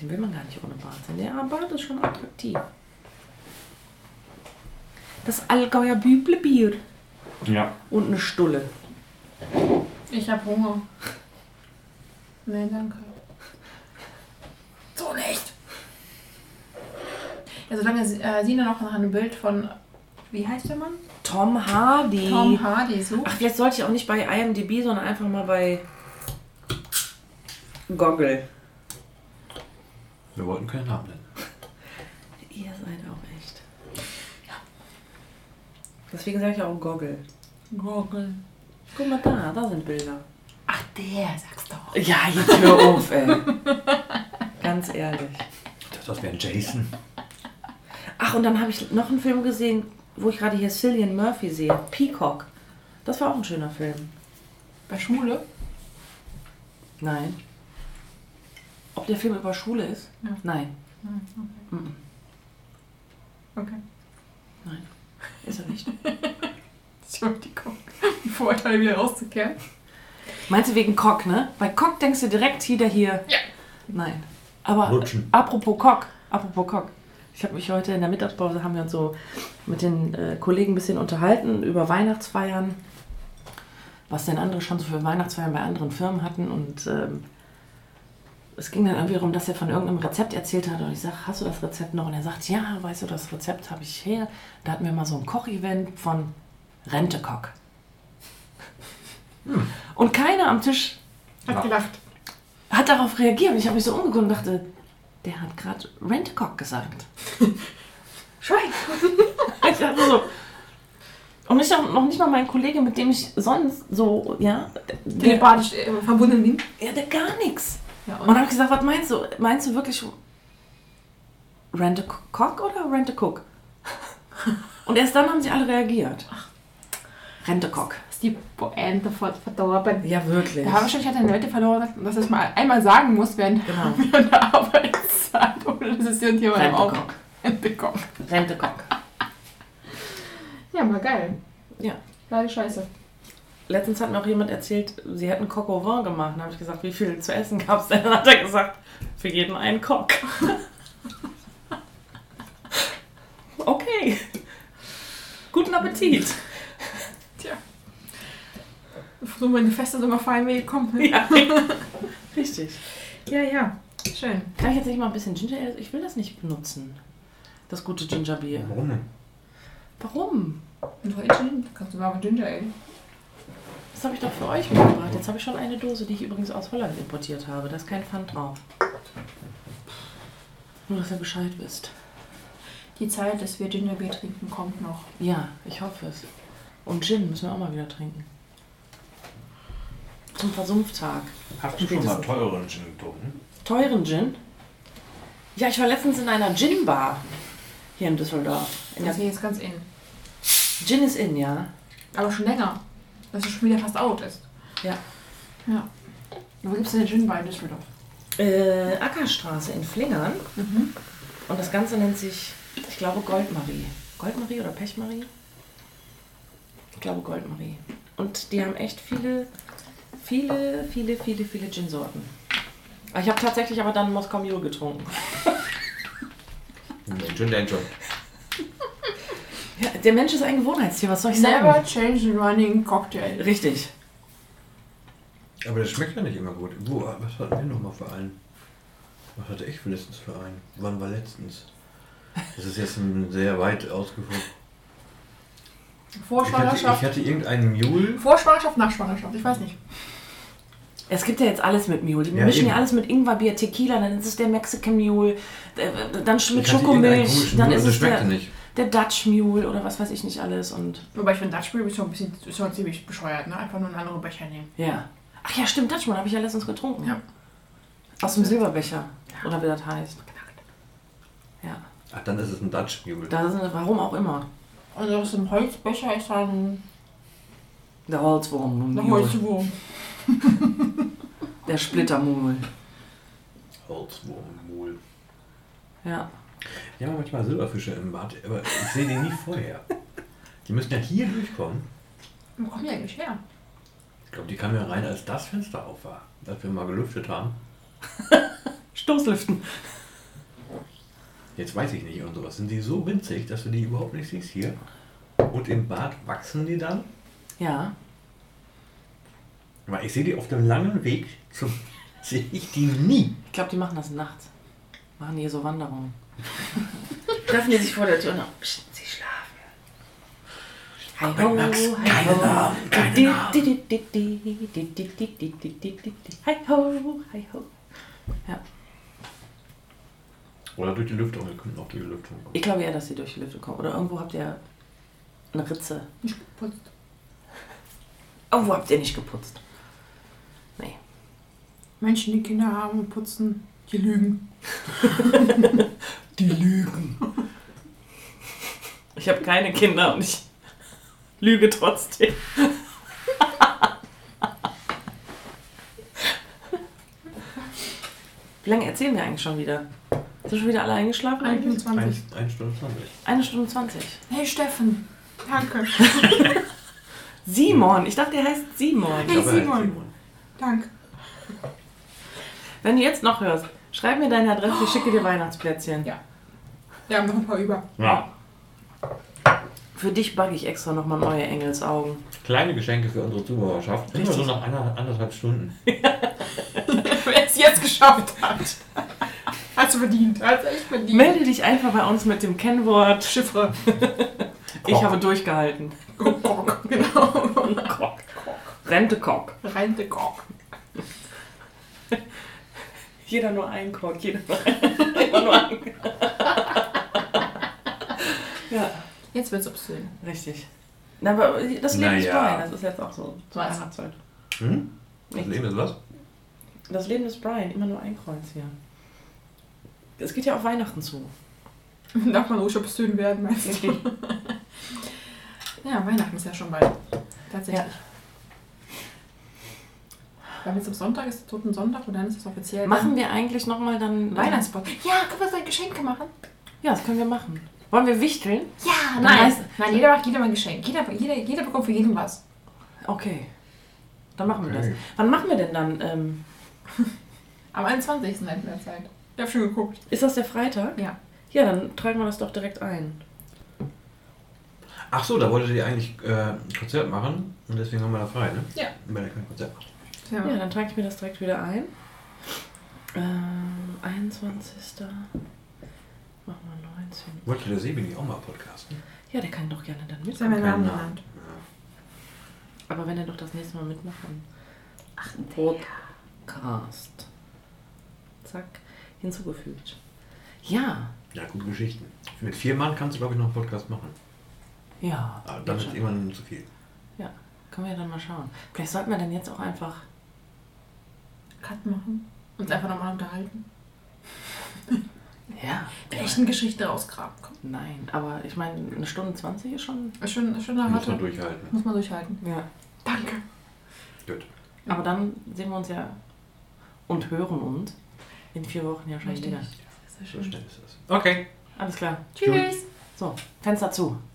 Den will man gar nicht ohne Bart sein. Der Bart ist schon attraktiv. Das Allgäuer Büblebier. Ja. Und eine Stulle. Ich hab Hunger. Nee, danke. So nicht. Ja, solange Sina noch nach einem Bild von, wie heißt der Mann? Tom Hardy. Tom Hardy sucht. Ach, jetzt sollte ich auch nicht bei IMDb, sondern einfach mal bei Goggle. Wir wollten keinen Namen nennen. Ihr seid auch echt. Ja. Deswegen sage ich auch Goggle. Goggle. Guck mal da sind Bilder. Ach, der, sag's doch. Ja, jetzt hör auf, ey. Ganz ehrlich. Das wäre Jason. Ach, und dann habe ich noch einen Film gesehen, wo ich gerade hier Cillian Murphy sehe. Peacock. Das war auch ein schöner Film. Bei Schule? Nein. Ob der Film über Schule ist? Ja. Nein. Okay. Okay. Nein. Ist er nicht. Entschuldigung. Die Vorurteile wieder rauszukehren. Meinst du wegen Cock, ne? Bei Cock denkst du direkt wieder hier. Ja. Nein. Aber Rutschen. Apropos Cock. Ich habe mich heute in der Mittagspause, haben wir uns so mit den Kollegen ein bisschen unterhalten über Weihnachtsfeiern. Was denn andere schon so für Weihnachtsfeiern bei anderen Firmen hatten. Und es ging dann irgendwie darum, dass er von irgendeinem Rezept erzählt hat. Und ich sage, hast du das Rezept noch? Und er sagt, ja, weißt du, das Rezept habe ich her. Da hatten wir mal so ein Kochevent von Rentekock. Und keiner am Tisch Hat gelacht. hat darauf reagiert. Und ich habe mich so umgeguckt und dachte, der hat gerade Rentekock gesagt. Schweig! Ich dachte so. Und ich noch nicht mal mein Kollege, mit dem ich sonst so, ja. Telepathisch verbunden bin. Ja, der gar nichts. Ja, Und dann habe ich gesagt, was meinst du? Meinst du wirklich Rentekock oder Rentecook? Und erst dann haben sie alle reagiert. Rentekock. ist die Pointe verdorben. Ja, wirklich. Da habe ich schon eine Leute verloren, dass ich mal einmal sagen muss, während der Arbeitszeit. Oder das ist irgendjemand Rentekock. Rentekock. Rentekock. Ja, mal geil. Ja. Geile Scheiße. Letztens hat mir auch jemand erzählt, sie hätten Coq au vin gemacht. Dann habe ich gesagt, wie viel zu essen gab es denn? Dann hat er gesagt, für jeden einen Coq. Okay. Guten Appetit. Tja. So meine Feste sind immer fein wie gekommen. Ne? Ja, richtig. Ja. Schön. Kann ich jetzt nicht mal ein bisschen Ginger Ale? Ich will das nicht benutzen. Das gute Gingerbier. Warum denn? Warum? Und heute kannst du mal mit Ginger Ale. Das habe ich doch für euch mitgebracht. Jetzt habe ich schon eine Dose, die ich übrigens aus Holland importiert habe. Da ist kein Pfand drauf. Nur, dass ihr Bescheid wisst. Die Zeit, dass wir Gingerbier trinken, kommt noch. Ja, ich hoffe es. Und Gin müssen wir auch mal wieder trinken. Zum Versumpftag. Hast du schon mal teuren Gin getrunken? Teuren Gin? Ja, ich war letztens in einer Gin-Bar hier in Düsseldorf. Das hier ist ganz in. Gin ist in, ja. Aber schon länger. Dass es schon wieder fast out ist. Ja. Wo gibt es denn eine Gin-Bar in Düsseldorf? Ackerstraße in Flingern. Und das Ganze nennt sich, ich glaube, Goldmarie. Goldmarie oder Pechmarie? Ich glaube Goldmarie. Und die haben echt viele Gin-Sorten. Ich habe tatsächlich aber dann Moskau Mule getrunken. Gin Danger. Ja, der Mensch ist ein Gewohnheitstier, was soll ich sagen? Never change the running cocktail. Richtig. Aber das schmeckt ja nicht immer gut. Was hatten wir nochmal für einen? Was hatte ich letztens für einen? Wann war letztens? Das ist jetzt ein sehr weit ausgeführt. Vorschwangerschaft. Ich hatte irgendeinen Mule. Vorschwangerschaft, Nachschwangerschaft, ich weiß nicht. Es gibt ja jetzt alles mit Mule. Die Ja, mischen eben. ja alles mit Ingwerbier, Tequila, dann ist es der Mexican Mule, dann mit Ich hatte Schokomilch, dann Mule, ist das es schmeckte nicht. der Dutch Mule oder was weiß ich nicht alles. Und Wobei ich finde, Dutch Mule ist schon ziemlich bescheuert, ne? Einfach nur einen anderen Becher nehmen. ja. Ach ja, stimmt, Dutch Mule habe ich ja letztens getrunken. Ja. Aus dem Silberbecher. Oder wie das heißt. Ja. Ach, dann ist es ein Dutch Mule. Da sind, warum auch immer. Und aus dem Holzbecher ist dann Der Holzwurm. der Holzwurm. Der Splittermul. Holzwurm-Mule. Ja. Wir haben manchmal Silberfische im Bad, aber ich sehe die nie vorher. Die müssen ja hier durchkommen. Wo kommen die eigentlich her? Ich glaube, die kamen ja rein, als das Fenster auf war. Als wir mal gelüftet haben. Stoßlüften. Jetzt weiß ich nicht und sowas. Sind die so winzig, dass du die überhaupt nicht siehst hier? Und im Bart wachsen die dann? Ja. Weil ich sehe die auf dem langen Weg sehe ich die nie. Ich glaube, die machen das nachts. Machen die hier so Wanderungen. Treffen die sich vor der Tür und pst, sie schlafen. Hi ho, hi ho. Hi ho, hi ho. Ja. Oder durch die Lüftung, wir könnten auch durch die Lüftung kommen. Ich glaube eher, dass sie durch die Lüftung kommen. Oder irgendwo habt ihr eine Ritze. Nicht geputzt. Irgendwo habt ihr nicht geputzt. Nee. Menschen, die Kinder haben und putzen, die lügen. Die lügen. Ich habe keine Kinder und ich lüge trotzdem. Wie lange erzählen wir eigentlich schon wieder? Sind schon wieder alle eingeschlafen? 1 Stunde 20. 1 Stunde 20. 1 Stunde 20. Hey Steffen, danke. Simon, ich dachte, der heißt Simon. Hey Simon. Danke. Wenn du jetzt noch hörst, schreib mir deine Adresse, ich schicke dir Weihnachtsplätzchen. Ja. Wir haben noch ein paar über. Ja. Für dich backe ich extra nochmal neue Engelsaugen. Kleine Geschenke für unsere Zuhörerschaft. Immer so nach 1,5 Stunden. Wer es jetzt geschafft hat. Hast du verdient. Hast echt verdient. Melde dich einfach bei uns mit dem Kennwort Chiffre. Ich habe durchgehalten. Kock. Genau. Kock. Rente Kock. Rente Kock. Jeder nur ein Kock. Jeder nur ein. Ja. Jetzt wird's obszön. Richtig. Na, aber das Leben ist Naja. Brian, das ist jetzt auch so. Was? Weihnachtszeit. Hm? Das Nichts. Leben ist was? Das Leben ist Brian, immer nur ein Kreuz hier. Es geht ja auf Weihnachten zu. Darf man ruhig obszön werden, meinst du? Ja, Weihnachten ist ja schon bald. Tatsächlich. Ja. Weil jetzt am Sonntag ist Toten Sonntag und dann ist es offiziell. Machen wir eigentlich nochmal dann... Weihnachtsbock. Ja, können wir so ein Geschenke machen? Ja, das können wir machen. Wollen wir wichteln? Ja, Dann nein. heißt- Nein, jeder macht ein Geschenk. Jeder bekommt für jeden was. Okay. Dann machen wir Okay. das. Wann machen wir denn dann? Am 21. hätten wir Zeit. Ich hab schon geguckt. Ist das der Freitag? Ja. Ja, dann tragen wir das doch direkt ein. Ach so, da wolltet ihr eigentlich Konzert machen und deswegen haben wir da frei, ne? Ja. Weil ihr kein Konzert macht. Ja. Ja, dann trage ich mir das direkt wieder ein. 21. Machen wir 19. Wollte der Sebi nicht auch mal podcasten? Ja, der kann doch gerne dann Jetzt haben wir mitmachen. den Namen Keinen genannt. Aber wenn er doch das nächste Mal mitmacht, dann... Ach, Podcast. Zack, hinzugefügt. Ja. Ja, gute Geschichten. Mit 4 Mann kannst du, glaube ich, noch einen Podcast machen. Ja. Aber dann ist irgendwann zu viel. Ja, können wir dann mal schauen. Vielleicht sollten wir dann jetzt auch einfach... Cut machen. Uns einfach nochmal unterhalten. Ja. Echt eine Geschichte rausgraben. Komm. Nein, aber ich meine, 1 Stunde 20 ist schon... Ist schon eine Muss man harte. durchhalten. Muss man durchhalten. Ja. Danke. Gut. Aber dann sehen wir uns ja und hören uns in 4 Wochen ja schon Richtig. wieder. Sehr So schön. schnell ist das. Okay. Alles klar. Tschüss. So, Fenster zu.